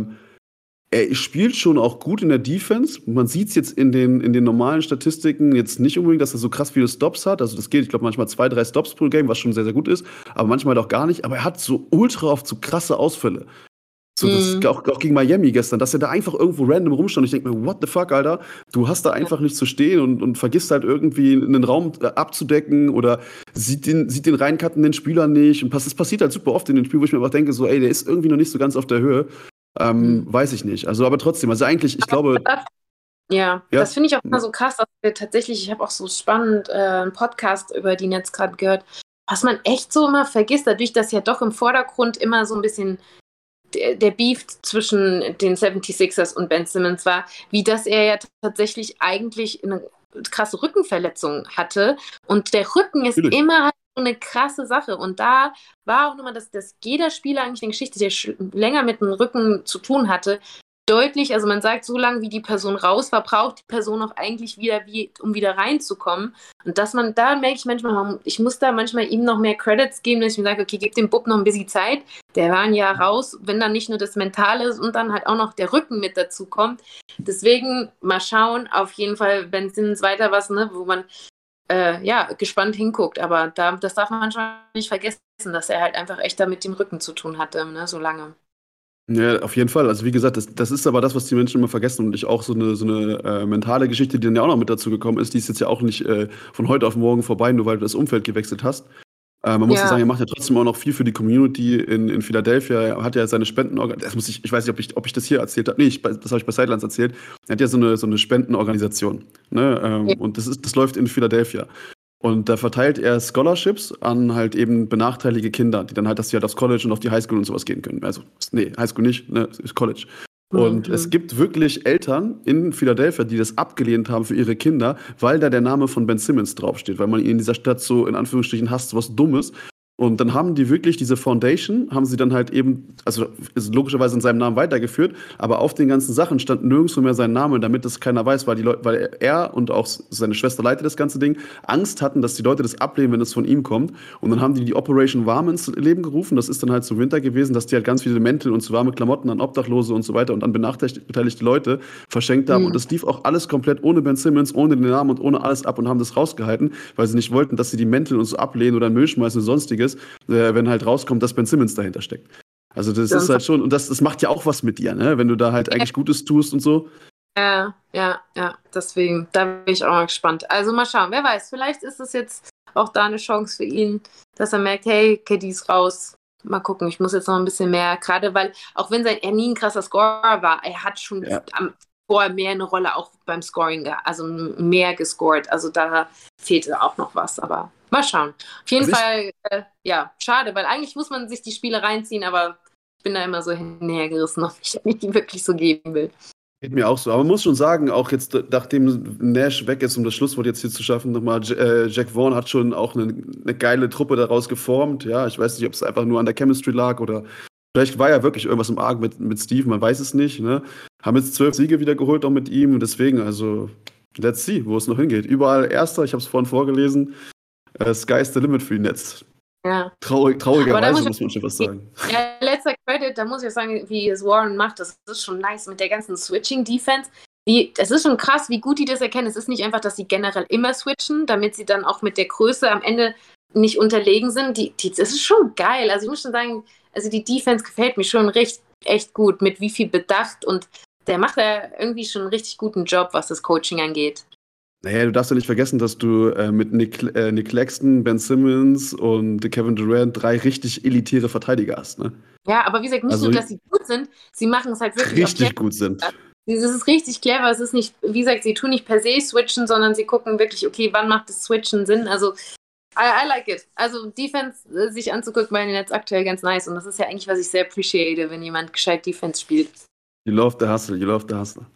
er spielt schon auch gut in der Defense. Man sieht es jetzt in den normalen Statistiken jetzt nicht unbedingt, dass er so krass viele Stops hat. Also das geht, ich glaube, manchmal 2, 3 Stops pro Game, was schon sehr, sehr gut ist. Aber manchmal halt auch gar nicht. Aber er hat so ultra oft so krasse Ausfälle. So, das auch gegen Miami gestern, dass er da einfach irgendwo random rumstand. Ich denke mir, what the fuck, Alter? Du hast da einfach nicht zu stehen und vergisst halt irgendwie einen Raum abzudecken oder sieht den reinkattenden Spieler nicht. Und das passiert halt super oft in den Spielen, wo ich mir einfach denke, so, ey, der ist irgendwie noch nicht so ganz auf der Höhe. Weiß ich nicht. Also, aber trotzdem, also eigentlich, ich glaube. Ja, das finde ich auch immer so krass, dass wir tatsächlich, ich habe auch so spannend einen Podcast über die Nets gerade gehört, was man echt so immer vergisst, dadurch, dass ja doch im Vordergrund immer so ein bisschen der Beef zwischen den 76ers und Ben Simmons war, wie dass er ja tatsächlich eigentlich eine krasse Rückenverletzung hatte und der Rücken ist immer halt so eine krasse Sache und da war auch nochmal, dass jeder Spieler eigentlich in der Geschichte, der länger mit dem Rücken zu tun hatte, deutlich, also man sagt, so lange wie die Person raus war, braucht die Person auch eigentlich wieder, um wieder reinzukommen. Und dass man, da merke ich manchmal, ich muss da manchmal ihm noch mehr Credits geben, dass ich mir sage, okay, gib dem Bub noch ein bisschen Zeit, der war ein Jahr raus, wenn dann nicht nur das Mentale ist und dann halt auch noch der Rücken mit dazu kommt. Deswegen mal schauen, auf jeden Fall, wenn es weiter was, ne, wo man gespannt hinguckt, aber das darf man manchmal nicht vergessen, dass er halt einfach echt da mit dem Rücken zu tun hatte, ne, so lange. Ja, auf jeden Fall. Also wie gesagt, das ist aber das, was die Menschen immer vergessen und ich auch so eine mentale Geschichte, die dann ja auch noch mit dazu gekommen ist, die ist jetzt ja auch nicht von heute auf morgen vorbei, nur weil du das Umfeld gewechselt hast. Man muss ja sagen, Ja, er macht ja trotzdem auch noch viel für die Community in Philadelphia. Er hat ja seine ich weiß nicht, ob ich das hier erzählt habe. Nee, das habe ich bei Sidelines erzählt. Er hat ja so eine Spendenorganisation. Ne? ja. Und das läuft in Philadelphia. Und da verteilt er Scholarships an halt eben benachteiligte Kinder, die dann halt, dass sie halt aufs College und auf die Highschool und sowas gehen können. Also, nee, Highschool nicht, ne, ist College. Und es Mhm. gibt wirklich Eltern in Philadelphia, die das abgelehnt haben für ihre Kinder, weil da der Name von Ben Simmons draufsteht, weil man ihn in dieser Stadt so in Anführungsstrichen hasst, so was Dummes. Und dann haben die wirklich diese Foundation, haben sie dann halt eben, also ist logischerweise in seinem Namen weitergeführt, aber auf den ganzen Sachen stand nirgendwo mehr sein Name, damit das keiner weiß, weil die Leute, weil er und auch seine Schwester leitet das ganze Ding, Angst hatten, dass die Leute das ablehnen, wenn es von ihm kommt. Und dann haben die Operation Warm ins Leben gerufen. Das ist dann halt so Winter gewesen, dass die halt ganz viele Mäntel und so warme Klamotten an Obdachlose und so weiter und an benachteiligte Leute verschenkt haben. Und Mhm. das lief auch alles komplett ohne Ben Simmons, ohne den Namen und ohne alles ab und haben das rausgehalten, weil sie nicht wollten, dass sie die Mäntel und so ablehnen oder in Müll schmeißen oder sonstiges, wenn halt rauskommt, dass Ben Simmons dahinter steckt. Also das ist Dann- halt schon, und das macht ja auch was mit dir, ne? Wenn du da halt eigentlich Gutes tust und so. Ja. Deswegen, da bin ich auch mal gespannt. Also mal schauen, wer weiß, vielleicht ist es jetzt auch da eine Chance für ihn, dass er merkt, hey, KD ist raus. Mal gucken, ich muss jetzt noch ein bisschen mehr, gerade weil, auch wenn er nie ein krasser Scorer war, er hat schon Ja. am Score mehr eine Rolle auch beim Scoring, also mehr gescored. Also da fehlte auch noch was, aber mal schauen. Auf jeden Also Fall, ja, schade, weil eigentlich muss man sich die Spiele reinziehen, aber ich bin da immer so hinterhergerissen, ob ich die wirklich so geben will. Geht mir auch so. Aber man muss schon sagen, auch jetzt, nachdem Nash weg ist, um das Schlusswort jetzt hier zu schaffen, nochmal, Jack Vaughn hat schon auch eine geile Truppe daraus geformt. Ja, ich weiß nicht, ob es einfach nur an der Chemistry lag oder vielleicht war ja wirklich irgendwas im Argen mit Steve, man weiß es nicht. Ne? Haben jetzt 12 Siege wieder geholt, auch mit ihm. Und deswegen, also, let's see, wo es noch hingeht. Überall Erster, ich habe es vorhin vorgelesen. Sky's the limit für die Nets. Ja. Traurigerweise muss man schon was sagen. Ja, letzter Credit, da muss ich auch sagen, wie es Warren macht, das ist schon nice mit der ganzen Switching-Defense. Es ist schon krass, wie gut die das erkennen. Es ist nicht einfach, dass sie generell immer switchen, damit sie dann auch mit der Größe am Ende nicht unterlegen sind. Das ist schon geil. Also ich muss schon sagen, also die Defense gefällt mir schon echt gut, mit wie viel Bedacht, und der macht da irgendwie schon einen richtig guten Job, was das Coaching angeht. Naja, du darfst ja nicht vergessen, dass du mit Nick Claxton, Ben Simmons und Kevin Durant 3 richtig elitäre Verteidiger hast, ne? Ja, aber wie gesagt, nicht Also nur, dass sie gut sind, sie machen es halt wirklich richtig gut sind. Es ist richtig clever. Es ist nicht, wie gesagt, sie tun nicht per se switchen, sondern sie gucken wirklich, okay, wann macht das Switchen Sinn? Also, I like it. Also, Defense sich anzugucken bei den Nets aktuell ganz nice. Und das ist ja eigentlich, was ich sehr appreciate, wenn jemand gescheit Defense spielt. You love the hustle, you love the hustle.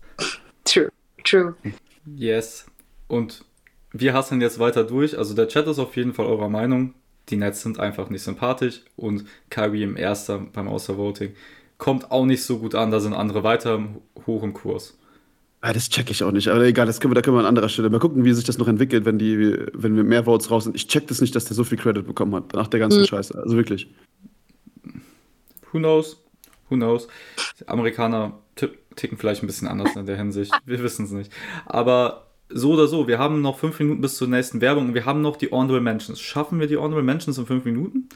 True. Yes. Und wir hasseln jetzt weiter durch. Also der Chat ist auf jeden Fall eurer Meinung. Die Nets sind einfach nicht sympathisch und Kyrie im Erster beim Außervoting kommt auch nicht so gut an. Da sind andere weiter hoch im Kurs. Das check ich auch nicht. Aber egal, da können wir an anderer Stelle mal gucken, wie sich das noch entwickelt, wenn wir mehr Votes raus sind. Ich check das nicht, dass der so viel Credit bekommen hat nach der ganzen Scheiße. Also wirklich. Who knows? Die Amerikaner ticken vielleicht ein bisschen anders in der Hinsicht. Wir wissen es nicht. Aber so oder so, wir haben noch 5 Minuten bis zur nächsten Werbung und wir haben noch die Honorable Mentions. Schaffen wir die Honorable Mentions in 5 Minuten?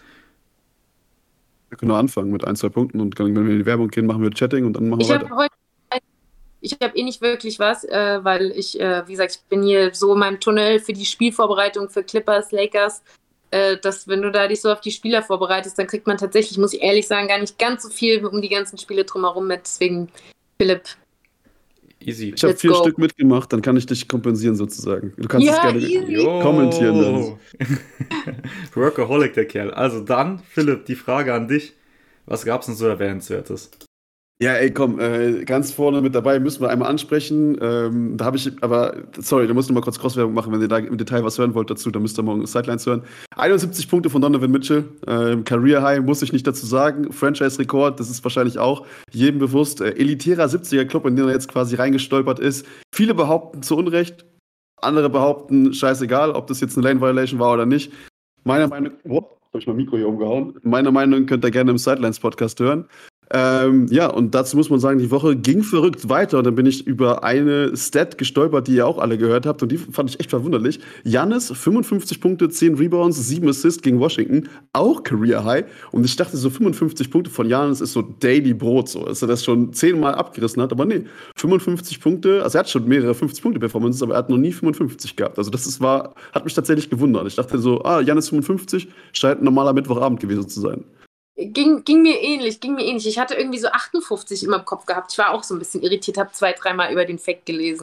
Wir können nur anfangen mit 1, 2 Punkten und wenn wir in die Werbung gehen, machen wir Chatting und dann machen wir weiter. Ich habe eh nicht wirklich was, weil ich, wie gesagt, ich bin hier so in meinem Tunnel für die Spielvorbereitung für Clippers, Lakers, dass wenn du da dich so auf die Spieler vorbereitest, dann kriegt man tatsächlich, muss ich ehrlich sagen, gar nicht ganz so viel um die ganzen Spiele drumherum mit. Deswegen, Philipp. Easy. Ich habe 4 Stück mitgemacht, dann kann ich dich kompensieren sozusagen. Du kannst es gerne kommentieren. Dann. Workaholic, der Kerl. Also dann, Philipp, die Frage an dich. Was gab's denn so Erwähnenswertes? Ja, ey, komm, ganz vorne mit dabei müssen wir einmal ansprechen. Da habe ich, aber, sorry, da musst du mal kurz Crosswerbung machen, wenn ihr da im Detail was hören wollt dazu, dann müsst ihr morgen Sidelines hören. 71 Punkte von Donovan Mitchell, Career High, muss ich nicht dazu sagen. Franchise-Rekord, das ist wahrscheinlich auch jedem bewusst. Elitärer 70er-Club, in den er jetzt quasi reingestolpert ist. Viele behaupten zu Unrecht, andere behaupten, scheißegal, ob das jetzt eine Lane-Violation war oder nicht. Meiner Meinung, habe ich mein Mikro hier umgehauen. Meiner Meinung könnt ihr gerne im Sidelines-Podcast hören. Ja, und dazu muss man sagen, die Woche ging verrückt weiter und dann bin ich über eine Stat gestolpert, die ihr auch alle gehört habt und die fand ich echt verwunderlich. Giannis, 55 Punkte, 10 Rebounds, 7 Assists gegen Washington, auch Career High. Und ich dachte, so 55 Punkte von Giannis ist so Daily Brot, so, dass er das schon 10-mal abgerissen hat, aber nee, 55 Punkte, also er hat schon mehrere 50-Punkte-Performances, aber er hat noch nie 55 gehabt. Also hat mich tatsächlich gewundert. Ich dachte so, Giannis 55 scheint ein normaler Mittwochabend gewesen zu sein. Ging mir ähnlich. Ich hatte irgendwie so 58 immer im Kopf gehabt. Ich war auch so ein bisschen irritiert, habe 2-3 Mal über den Fact gelesen.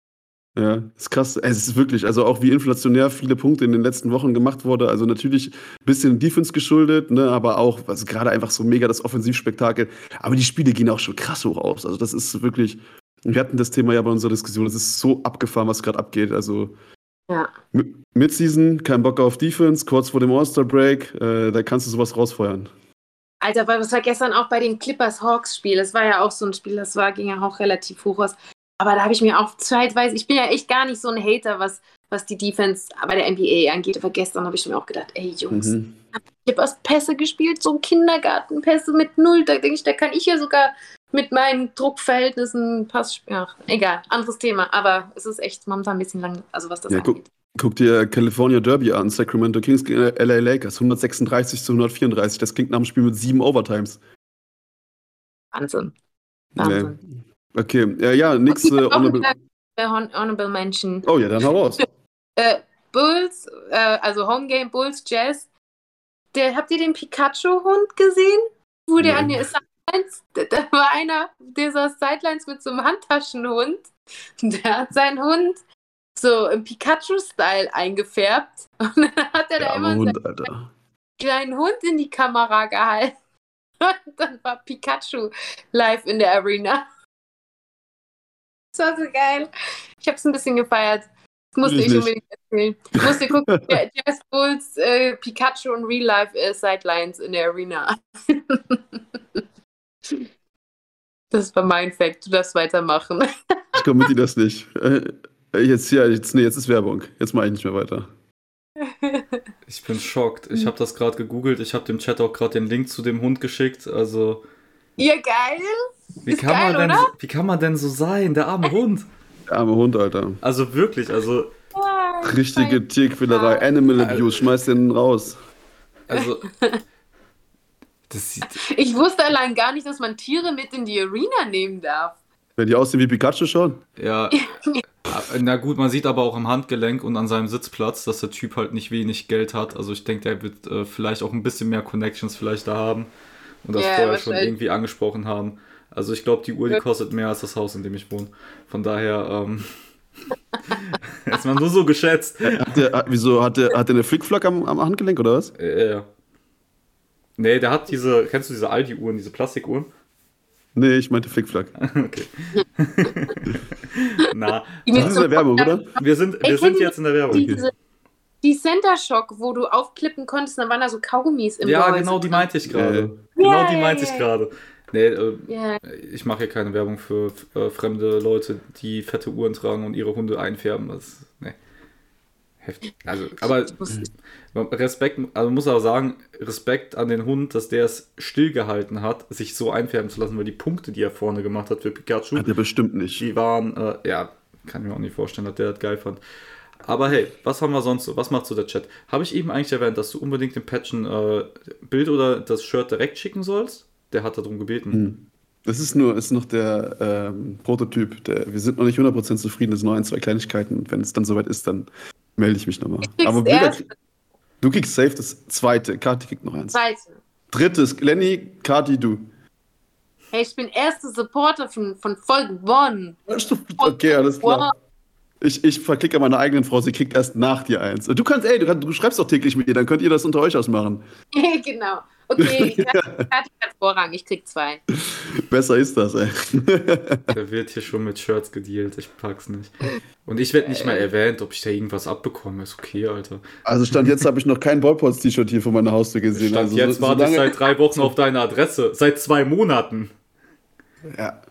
Ja, ist krass. Es ist wirklich, also auch wie inflationär viele Punkte in den letzten Wochen gemacht wurde. Also natürlich ein bisschen Defense geschuldet, ne, aber auch, also gerade einfach so mega das Offensivspektakel. Aber die Spiele gehen auch schon krass hoch aus. Also das ist wirklich, wir hatten das Thema ja bei unserer Diskussion, es ist so abgefahren, was gerade abgeht. Also ja. Midseason, kein Bock auf Defense, kurz vor dem All-Star-Break, da kannst du sowas rausfeuern. Alter, das war gestern auch bei dem Clippers-Hawks-Spiel. Das war ja auch so ein Spiel, ging ja auch relativ hoch aus. Aber da habe ich mir auch zeitweise, ich bin ja echt gar nicht so ein Hater, was die Defense bei der NBA angeht. Aber gestern habe ich mir auch gedacht, ey Jungs, ich habe Pässe gespielt, so Kindergartenpässe mit 0. Da denke ich, da kann ich ja sogar mit meinen Druckverhältnissen ja, egal, anderes Thema. Aber es ist echt momentan ein bisschen lang, also was das angeht. Guck dir California Derby an, Sacramento Kings gegen LA Lakers, 136-134. Das klingt nach einem Spiel mit 7 Overtimes. Wahnsinn. Nee. Okay, ja, nächste Honorable Mention. Oh ja, dann hau raus. Bulls, also Homegame Bulls, Jazz. Habt ihr den Pikachu-Hund gesehen? Wo der an der Sidelines, da war einer, der saß Sidelines mit so einem Handtaschenhund. Der hat seinen Hund so im Pikachu-Style eingefärbt. Und dann hat er da immer seinen kleinen Hund in die Kamera gehalten. Und dann war Pikachu live in der Arena. Das war so geil. Ich hab's ein bisschen gefeiert. Das musste ich unbedingt erzählen. Ich musste gucken, Jazz Bulls, Pikachu und Real Life Sidelines in der Arena. Das war mein Fact. Du darfst weitermachen. Ich kommentiere das nicht. Jetzt ist Werbung. Jetzt mache ich nicht mehr weiter. Ich bin schockt. Ich habe das gerade gegoogelt. Ich habe dem Chat auch gerade den Link zu dem Hund geschickt. Also. Ja, geil. Wie kann man denn so sein? Der arme Hund. Der arme Hund, Alter. Also wirklich, also. Richtige Tierquälerei, Animal Abuse, schmeiß den raus. Also. Ich wusste allein gar nicht, dass man Tiere mit in die Arena nehmen darf. Wenn die aussehen wie Pikachu schon? Ja. Na gut, man sieht aber auch am Handgelenk und an seinem Sitzplatz, dass der Typ halt nicht wenig Geld hat. Also ich denke, der wird vielleicht auch ein bisschen mehr Connections vielleicht da haben und das vorher schon irgendwie angesprochen haben. Also ich glaube, die Uhr, die kostet mehr als das Haus, in dem ich wohne. Von daher, ist man nur so geschätzt. Hat der eine Flickflack am Handgelenk oder was? Ja. Nee, der hat kennst du diese Aldi-Uhren, diese Plastikuhren? Nee, ich meinte Flickflack. Okay. Das ist in der Werbung, oder? Wir sind jetzt in der Werbung. Die Center Shock, wo du aufklippen konntest, dann waren da so Kaugummis im Ja, genau, die meinte ich gerade. Genau, die meinte ich gerade. Nee, ich mache hier keine Werbung für fremde Leute, die fette Uhren tragen und ihre Hunde einfärben. Nee. Heftig. Also, aber Respekt, also man muss auch sagen, Respekt an den Hund, dass der es stillgehalten hat, sich so einfärben zu lassen, weil die Punkte, die er vorne gemacht hat für Pikachu, hat er bestimmt nicht. Die waren, kann ich mir auch nicht vorstellen, dass der das geil fand. Aber hey, was haben wir sonst so? Was macht so der Chat? Habe ich eben eigentlich erwähnt, dass du unbedingt dem Patchen Bild oder das Shirt direkt schicken sollst? Der hat darum gebeten. Das ist noch der Prototyp. Wir sind noch nicht 100% zufrieden, das sind noch 1, 2 Kleinigkeiten. Und wenn es dann soweit ist, dann melde ich mich nochmal. Aber du kriegst safe das zweite. Kati kriegt noch eins. Drittes, Lenny, Kati, du. Hey, ich bin erste Supporter von Folge 1. Okay, alles klar. Ich verklicke meine eigenen Frau, sie kriegt erst nach dir eins. Du schreibst doch täglich mit ihr, dann könnt ihr das unter euch ausmachen. Genau. Okay, Kati hat Vorrang, ich krieg 2. Besser ist das, ey. Der wird hier schon mit Shirts gedealt, ich pack's nicht. Und ich werde nicht mal erwähnt, ob ich da irgendwas abbekomme. Ist okay, Alter. Also Stand jetzt habe ich noch kein Ballpots-T-Shirt hier vor meiner Haustür gesehen. Stand also jetzt warte ich seit 3 Wochen auf deine Adresse. Seit 2 Monaten. Ja.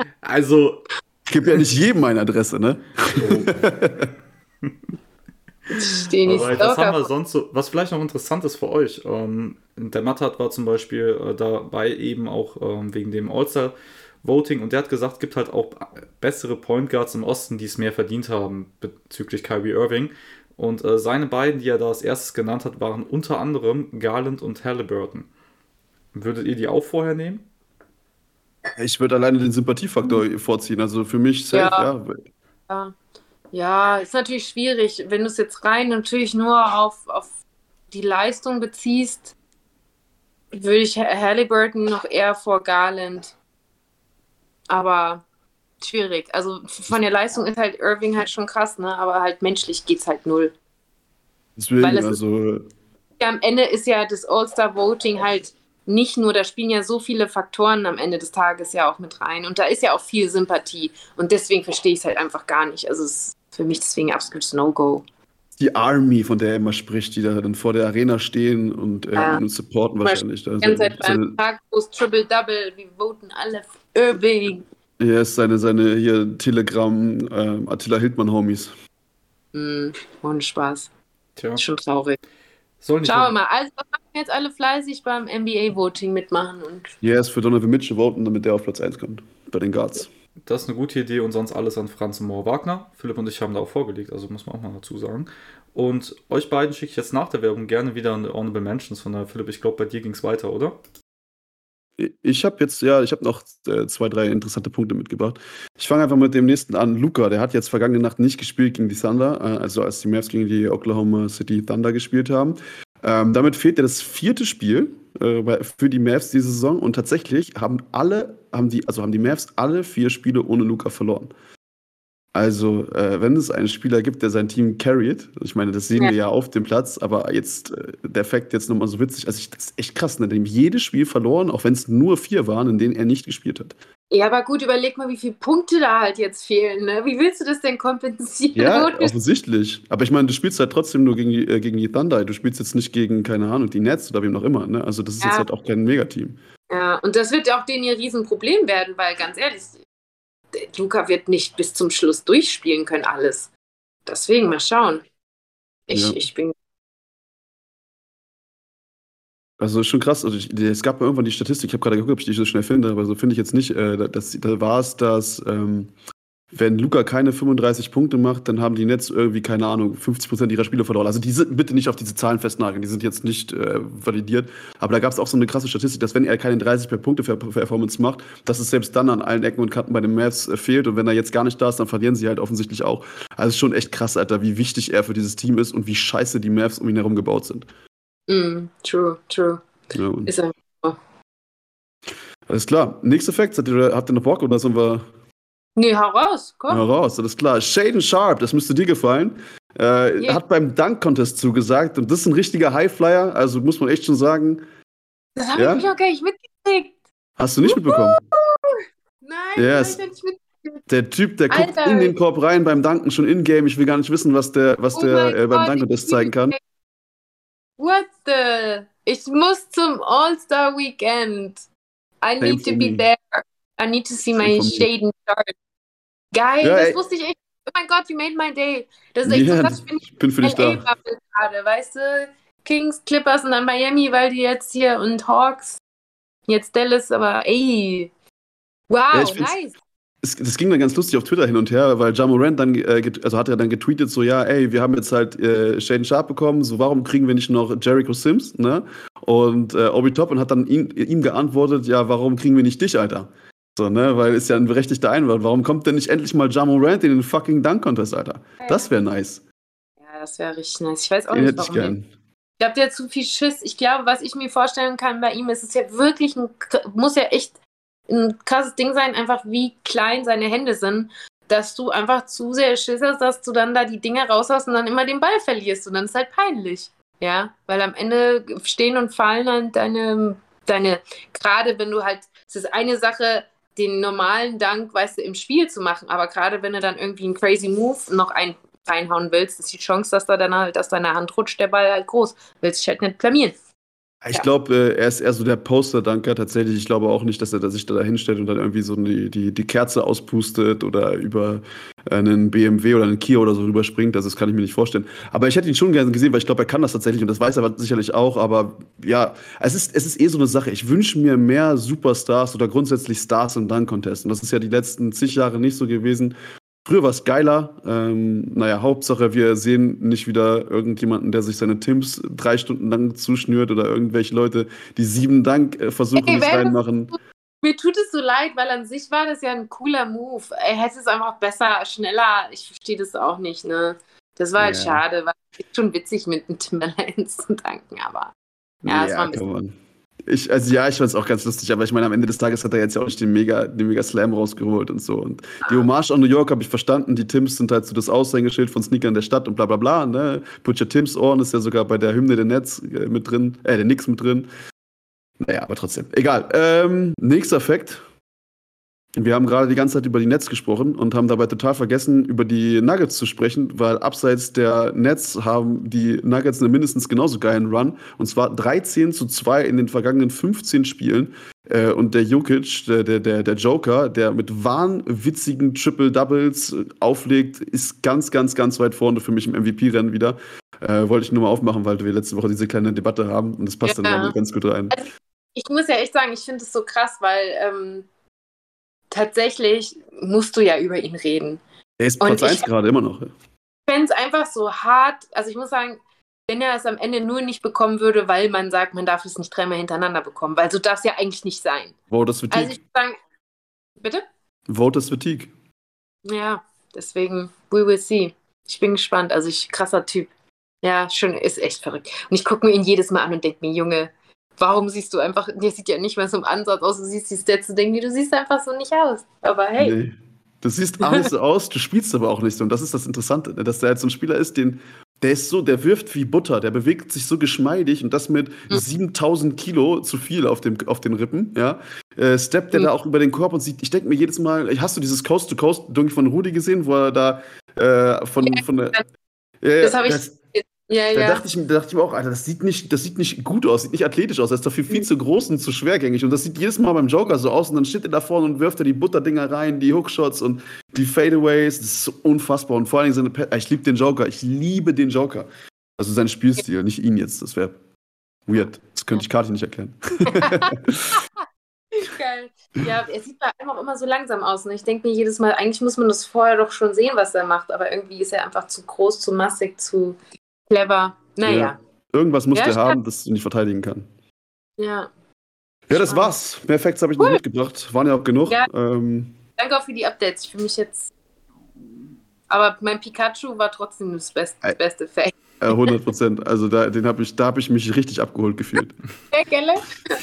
Also... Ich gebe ja nicht jedem meine Adresse, ne? Stehen nicht Alright, was haben wir locker. sonst so? Was vielleicht noch interessant ist für euch? Der Matthat war zum Beispiel dabei eben auch wegen dem All-Star-Voting und der hat gesagt, es gibt halt auch bessere Point Guards im Osten, die es mehr verdient haben bezüglich Kyrie Irving. Und seine beiden, die er da als erstes genannt hat, waren unter anderem Garland und Halliburton. Würdet ihr die auch vorher nehmen? Ich würde alleine den Sympathiefaktor vorziehen. Also für mich safe, Ja, ja. ja. Ja, ist natürlich schwierig, wenn du es jetzt rein natürlich nur auf die Leistung beziehst, würde ich Halliburton noch eher vor Garland. Aber schwierig. Also von der Leistung ist halt Irving halt schon krass, ne? Aber halt menschlich geht's halt null. Weil Deswegen, es ist also ja am Ende ist ja das All-Star-Voting halt nicht nur, da spielen ja so viele Faktoren am Ende des Tages ja auch mit rein. Und da ist ja auch viel Sympathie. Und deswegen verstehe ich es halt einfach gar nicht. Also es ist für mich deswegen absolutes No-Go. die Army, von der er immer spricht, die da dann vor der Arena stehen und Ja. ihn supporten wahrscheinlich. Die Also, ganze Zeit beim Tag, wo es Triple-Double, wir voten alle für Irving. ja, ist seine hier Telegram Attila Hildmann-Homies. Ohne Spaß. Tja, Schon traurig. soll nicht. Schauen wir mal. Also machen jetzt alle fleißig beim NBA-Voting mitmachen. Und Ja, ist für Donovan Mitchell voten, damit der auf Platz 1 kommt. Bei den Guards. Das ist eine gute Idee und sonst alles an Franz und Moore Wagner. Philipp und ich haben da auch vorgelegt, also muss man auch mal dazu sagen. Und euch beiden schicke ich jetzt nach der Werbung gerne wieder an Honorable Mentions. Von daher, Philipp, ich glaube, bei dir ging es weiter, oder? Ich habe noch 2, 3 interessante Punkte mitgebracht. Ich fange einfach mit dem nächsten an. Luka, der hat jetzt vergangene Nacht nicht gespielt gegen die Thunder, also als die Mavs gegen die Oklahoma City Thunder gespielt haben. Damit fehlt ja das 4. Spiel für die Mavs diese Saison und tatsächlich haben die Mavs alle 4 Spiele ohne Luka verloren. Also, wenn es einen Spieler gibt, der sein Team carried, ich meine, das sehen Ja. wir ja auf dem Platz, aber jetzt der Fakt jetzt nochmal so witzig, also das ist echt krass, ne? Der hat jedes Spiel verloren, auch wenn es nur 4 waren, in denen er nicht gespielt hat. ja, aber gut, überleg mal, wie viele Punkte da halt jetzt fehlen. Ne? Wie willst du das denn kompensieren? Ja, Ohne- offensichtlich. Aber ich meine, du spielst halt trotzdem nur gegen die Thunder. Du spielst jetzt nicht gegen, keine Ahnung, die Nets oder wem auch immer. Ne? Also das ist jetzt Ja. halt auch kein Megateam. Ja, und das wird auch denen ihr Riesenproblem werden, weil ganz ehrlich, Luka wird nicht bis zum Schluss durchspielen können, alles. Deswegen mal schauen. Ja. Ich bin. Also ist schon krass. Also es gab mal irgendwann die Statistik, ich habe gerade geguckt, ob ich die so schnell finde, aber so finde ich jetzt nicht. Da war es, dass wenn Luka keine 35 Punkte macht, dann haben die Nets irgendwie, keine Ahnung, 50% ihrer Spiele verloren. Also die sind bitte nicht auf diese Zahlen festnageln, die sind jetzt nicht validiert. Aber da gab es auch so eine krasse Statistik, dass wenn er keine 30 per Punkte Performance macht, dass es selbst dann an allen Ecken und Kanten bei den Mavs fehlt. Und wenn er jetzt gar nicht da ist, dann verlieren sie halt offensichtlich auch. Also es ist schon echt krass, Alter, wie wichtig er für dieses Team ist und wie scheiße die Mavs um ihn herum gebaut sind. True. Ja, und Ist er. alles klar. Nächster Fact, habt ihr noch Bock oder sollen wir Nee, hau raus, komm. raus? Alles klar. Shaden Sharp, das müsste dir gefallen. Yeah. Hat beim Dunk-Contest zugesagt und das ist ein richtiger Highflyer, also muss man echt schon sagen. Das habe Ja? ich noch gar nicht mitgekriegt. Hast du nicht mitbekommen? Nein, Ja, das es- habe ich nicht mitgekriegt. Der Typ, der guckt Alter. in den Korb rein beim Danken schon in-game. Ich will gar nicht wissen, was der Oh mein beim Gott, Dunk-Contest zeigen kann. What the? Ich muss zum All-Star-Weekend. I Same need for to be me. there. I need to see Same my for me. Shaden Sharp. Geil, Ja, das ey. wusste ich echt. Oh mein Gott, you made my day. Das ist echt Ja, so krass. ich bin für dich da. LA-Bubble gerade, weißt du? Kings, Clippers und dann Miami, weil die jetzt hier und Hawks. Jetzt Dallas, aber ey. Wow, Ja, ich find's- nice. Das ging dann ganz lustig auf Twitter hin und her, weil Ja Morant dann, hat er dann getweetet, so, ja, ey, wir haben jetzt halt Shaden Sharp bekommen, so, warum kriegen wir nicht noch Jericho Sims, ne? Und Obi Toppin hat dann ihm geantwortet, ja, warum kriegen wir nicht dich, Alter? So, ne, weil ist ja ein berechtigter Einwand. Warum kommt denn nicht endlich mal Ja Morant in den fucking Dunk-Contest, Alter? Das wäre nice. Ja, das wäre richtig nice. Ich weiß auch Den nicht, hätte ich warum. gern. Ich habe ja zu viel Schiss. Ich glaube, was ich mir vorstellen kann bei ihm, ist es ja wirklich muss ja echt ein krasses Ding sein, einfach wie klein seine Hände sind, dass du einfach zu sehr Schiss hast, dass du dann da die Dinger raushaust und dann immer den Ball verlierst und dann ist halt peinlich. Ja, weil am Ende stehen und fallen halt deine, gerade wenn du halt, es ist eine Sache, den normalen Dank, weißt du, im Spiel zu machen, aber gerade wenn du dann irgendwie einen crazy Move noch reinhauen willst, ist die Chance, dass da dann halt, dass deine Hand rutscht, der Ball halt groß. Willst dich halt nicht blamieren. Ich glaube, er ist eher so der Poster-Dunker tatsächlich. Ich glaube auch nicht, dass er sich da hinstellt und dann irgendwie so die Kerze auspustet oder über einen BMW oder einen Kia oder so rüberspringt. Das kann ich mir nicht vorstellen. Aber ich hätte ihn schon gerne gesehen, weil ich glaube, er kann das tatsächlich und das weiß er sicherlich auch. Aber ja, es ist eh so eine Sache. Ich wünsche mir mehr Superstars oder grundsätzlich Stars im Dunk-Contest. Und das ist ja die letzten zig Jahre nicht so gewesen. Früher war es geiler. Hauptsache, wir sehen nicht wieder irgendjemanden, der sich seine Tims 3 Stunden lang zuschnürt oder irgendwelche Leute, die 7 Dank-Versuche nicht reinmachen. Mir tut es so leid, weil an sich war das ja ein cooler Move. Er hätte es einfach besser, schneller. Ich verstehe das auch nicht, ne? Das war halt schade, weil es ist schon witzig, mit einem Timberland zu danken, aber ja, es war ein bisschen. Ich fand es auch ganz lustig, aber ich meine, am Ende des Tages hat er jetzt ja auch nicht den Mega Slam rausgeholt und so. Und die Hommage an New York habe ich verstanden. Die Tims sind halt so das Aushängeschild von Sneakern der Stadt und bla bla bla. Ne? Put your Tims on ist ja sogar bei der Hymne der Nets mit drin, der Knicks mit drin. Naja, aber trotzdem. Egal. Nächster Fakt. Wir haben gerade die ganze Zeit über die Nets gesprochen und haben dabei total vergessen, über die Nuggets zu sprechen, weil abseits der Nets haben die Nuggets einen mindestens genauso geilen Run. Und zwar 13-2 in den vergangenen 15 Spielen. Und der Jokic, der Joker, der mit wahnwitzigen Triple-Doubles auflegt, ist ganz, ganz, ganz weit vorne für mich im MVP-Rennen wieder. Wollte ich nur mal aufmachen, weil wir letzte Woche diese kleine Debatte haben. Und das passt dann ganz gut rein. Also, ich muss ja echt sagen, ich finde es so krass, weil tatsächlich musst du ja über ihn reden. Er ist Platz 1 gerade immer noch. Ich fände es einfach so hart, also ich muss sagen, wenn er es am Ende nur nicht bekommen würde, weil man sagt, man darf es nicht 3-mal hintereinander bekommen, weil so darf es ja eigentlich nicht sein. Voters Fatigue. Also ich würde sagen, bitte? Voters Fatigue. Ja, deswegen, we will see. Ich bin gespannt, also krasser Typ. Ja, schon, ist echt verrückt. Und ich gucke mir ihn jedes Mal an und denke mir, Junge, warum siehst du einfach, der sieht ja nicht mal so im Ansatz aus, du siehst die Stats und denkst, du siehst einfach so nicht aus. Aber hey. Nee. Du siehst auch nicht so aus, du spielst aber auch nicht so. Und das ist das Interessante, dass der halt so ein Spieler ist, der wirft wie Butter, der bewegt sich so geschmeidig und das mit 7000 Kilo zu viel auf den Rippen, ja. Steppt der da auch über den Korb und sieht, ich denke mir jedes Mal, hast du dieses Coast-to-Coast-Dunk von Rudi gesehen, wo er da von der. Das habe ich. Da dachte ich mir auch, Alter, das sieht nicht gut aus, sieht nicht athletisch aus, er ist dafür viel zu groß und zu schwergängig. Und das sieht jedes Mal beim Joker so aus und dann steht er da vorne und wirft er die Butterdinger rein, die Hookshots und die Fadeaways. Das ist so unfassbar. Und vor allem ich liebe den Joker. Also sein Spielstil, nicht ihn jetzt, das wäre weird. Das könnte ich Kati nicht erklären. Geil. Ja, er sieht bei einem auch immer so langsam aus. Und ich denke mir jedes Mal, eigentlich muss man das vorher doch schon sehen, was er macht. Aber irgendwie ist er einfach zu groß, zu massig, zu clever. Naja. Ja. Irgendwas muss der haben, das du nicht verteidigen kann. Ja. Ja, das war's. Mehr Facts habe ich nicht mitgebracht. Waren ja auch genug. Ja. Danke auch für die Updates. Ich fühle mich jetzt. Aber mein Pikachu war trotzdem das beste Fact. 100%. Also da habe ich mich richtig abgeholt gefühlt. Ja, gelle?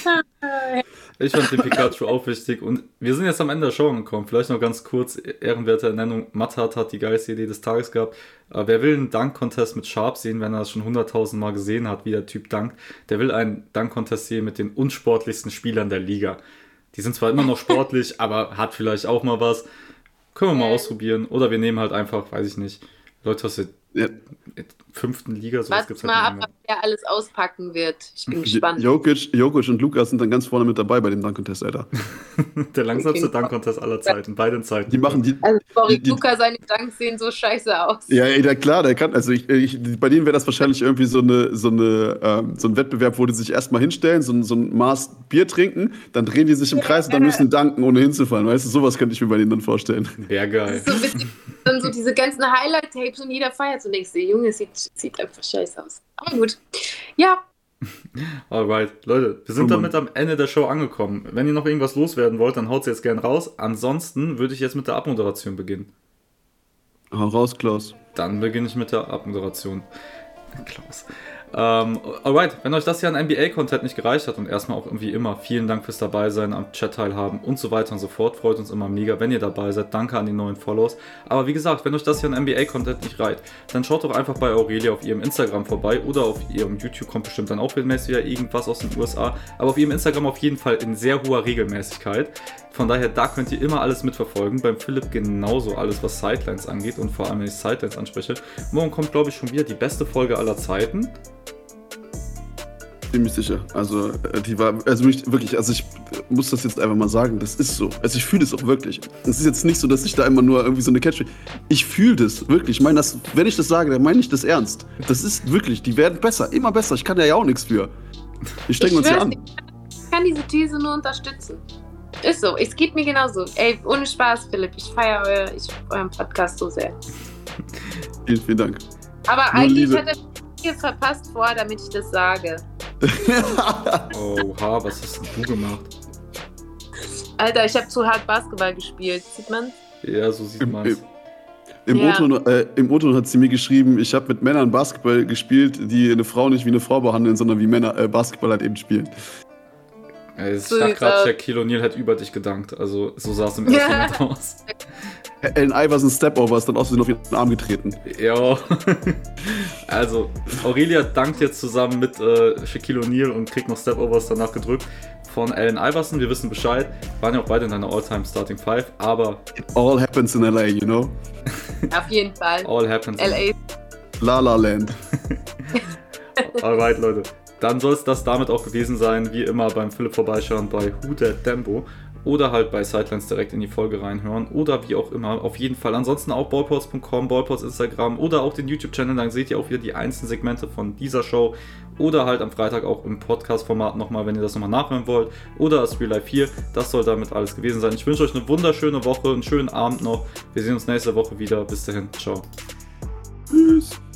Ich fand den Pikachu auch wichtig und wir sind jetzt am Ende der Show angekommen. Vielleicht noch ganz kurz, ehrenwerte Ernennung. Mathat hat die geilste Idee des Tages gehabt. Wer will einen Dunk-Contest mit Sharp sehen, wenn er das schon 100.000 Mal gesehen hat, wie der Typ dankt? Der will einen Dunk-Contest sehen mit den unsportlichsten Spielern der Liga. Die sind zwar immer noch sportlich, aber hat vielleicht auch mal was. Können wir mal ausprobieren. Oder wir nehmen halt einfach, weiß ich nicht, Leute aus der 5. Liga. So Warte mal ab, was der alles auspacken wird. Ich bin gespannt. Jokic und Lukas sind dann ganz vorne mit dabei bei dem Dunk-Contest, Alter. Der langsamste Dunk-Contest aller Zeiten, beiden Zeiten. Die machen die. Also, Lukas, seine Dunks sehen so scheiße aus. Ja, klar, der kann. Also, bei denen wäre das wahrscheinlich irgendwie so ein Wettbewerb, wo die sich erstmal hinstellen, so ein Maß Bier trinken, dann drehen die sich im Kreis und dann müssen die danken, ohne hinzufallen. Weißt du, sowas könnte ich mir bei denen dann vorstellen. Wäre geil. Das ist so witzig. Dann so diese ganzen Highlight-Tapes und jeder feiert so, denkst du, Junge, sieht einfach scheiße aus. Aber gut. Ja. Alright, Leute, wir sind damit am Ende der Show angekommen. Wenn ihr noch irgendwas loswerden wollt, dann haut sie jetzt gerne raus. Ansonsten würde ich jetzt mit der Abmoderation beginnen. Hau raus, Klaus. Dann beginne ich mit der Abmoderation. Klaus. Alright, wenn euch das hier an NBA-Content nicht gereicht hat und erstmal auch irgendwie immer vielen Dank fürs dabei sein, am Chat teilhaben und so weiter und so fort, freut uns immer mega, wenn ihr dabei seid. Danke an die neuen Follows. Aber wie gesagt, wenn euch das hier an NBA-Content nicht reicht, dann schaut doch einfach bei Aurelia auf ihrem Instagram vorbei oder auf ihrem YouTube kommt bestimmt dann auch regelmäßig wieder irgendwas aus den USA, aber auf ihrem Instagram auf jeden Fall in sehr hoher Regelmäßigkeit. Von daher, da könnt ihr immer alles mitverfolgen. Beim Philipp genauso alles, was Sidelines angeht und vor allem, wenn ich Sidelines anspreche. Morgen kommt, glaube ich, schon wieder die beste Folge aller Zeiten. Ziemlich sicher. Also, die war, also wirklich, also ich muss das jetzt einfach mal sagen, das ist so. Also ich fühle das auch wirklich. Es ist jetzt nicht so, dass ich da immer nur irgendwie so eine Catch. Ich fühle das wirklich. Ich meine, das, wenn ich das sage, dann meine ich das ernst. Das ist wirklich, die werden besser, immer besser. Ich kann ja auch nichts für. Wir stecken uns ja an. Ich kann diese These nur unterstützen. Ist so, es geht mir genauso. Ey, ohne Spaß, Philipp, ich feiere euren Podcast so sehr. Vielen, vielen Dank. Aber nur eigentlich Liebe. Hat er viel verpasst vorher, damit ich das sage. Oha, was hast denn du gemacht? Alter, ich habe zu hart Basketball gespielt. Sieht man? Ja, so sieht man es. Im O-Ton hat sie mir geschrieben, ich habe mit Männern Basketball gespielt, die eine Frau nicht wie eine Frau behandeln, sondern wie Männer Basketball halt eben spielen. Ich dachte gerade, Shaquille O'Neal hat über dich gedankt. Also so sah es im ersten Moment aus. Allen Iverson Step-Over ist dann aus Versehen auf ihren Arm getreten. Ja. Also, Aurelia dankt jetzt zusammen mit Shaquille O'Neal und kriegt noch Step-Overs danach gedrückt von Allen Iverson. Wir wissen Bescheid. Waren ja auch beide in deiner All-Time Starting Five, aber... It all happens in LA, you know? Auf jeden Fall. All happens in LA. La La Land. Alright, Leute. Dann soll es das damit auch gewesen sein, wie immer beim Philipp vorbeischauen bei Who Dat Dembo oder halt bei Sidelines direkt in die Folge reinhören oder wie auch immer, auf jeden Fall. Ansonsten auch ballpods.com, Ballpods Instagram oder auch den YouTube-Channel, dann seht ihr auch wieder die einzelnen Segmente von dieser Show oder halt am Freitag auch im Podcast-Format nochmal, wenn ihr das nochmal nachhören wollt oder das Real Life 4, das soll damit alles gewesen sein. Ich wünsche euch eine wunderschöne Woche, einen schönen Abend noch, wir sehen uns nächste Woche wieder, bis dahin, ciao. Tschüss.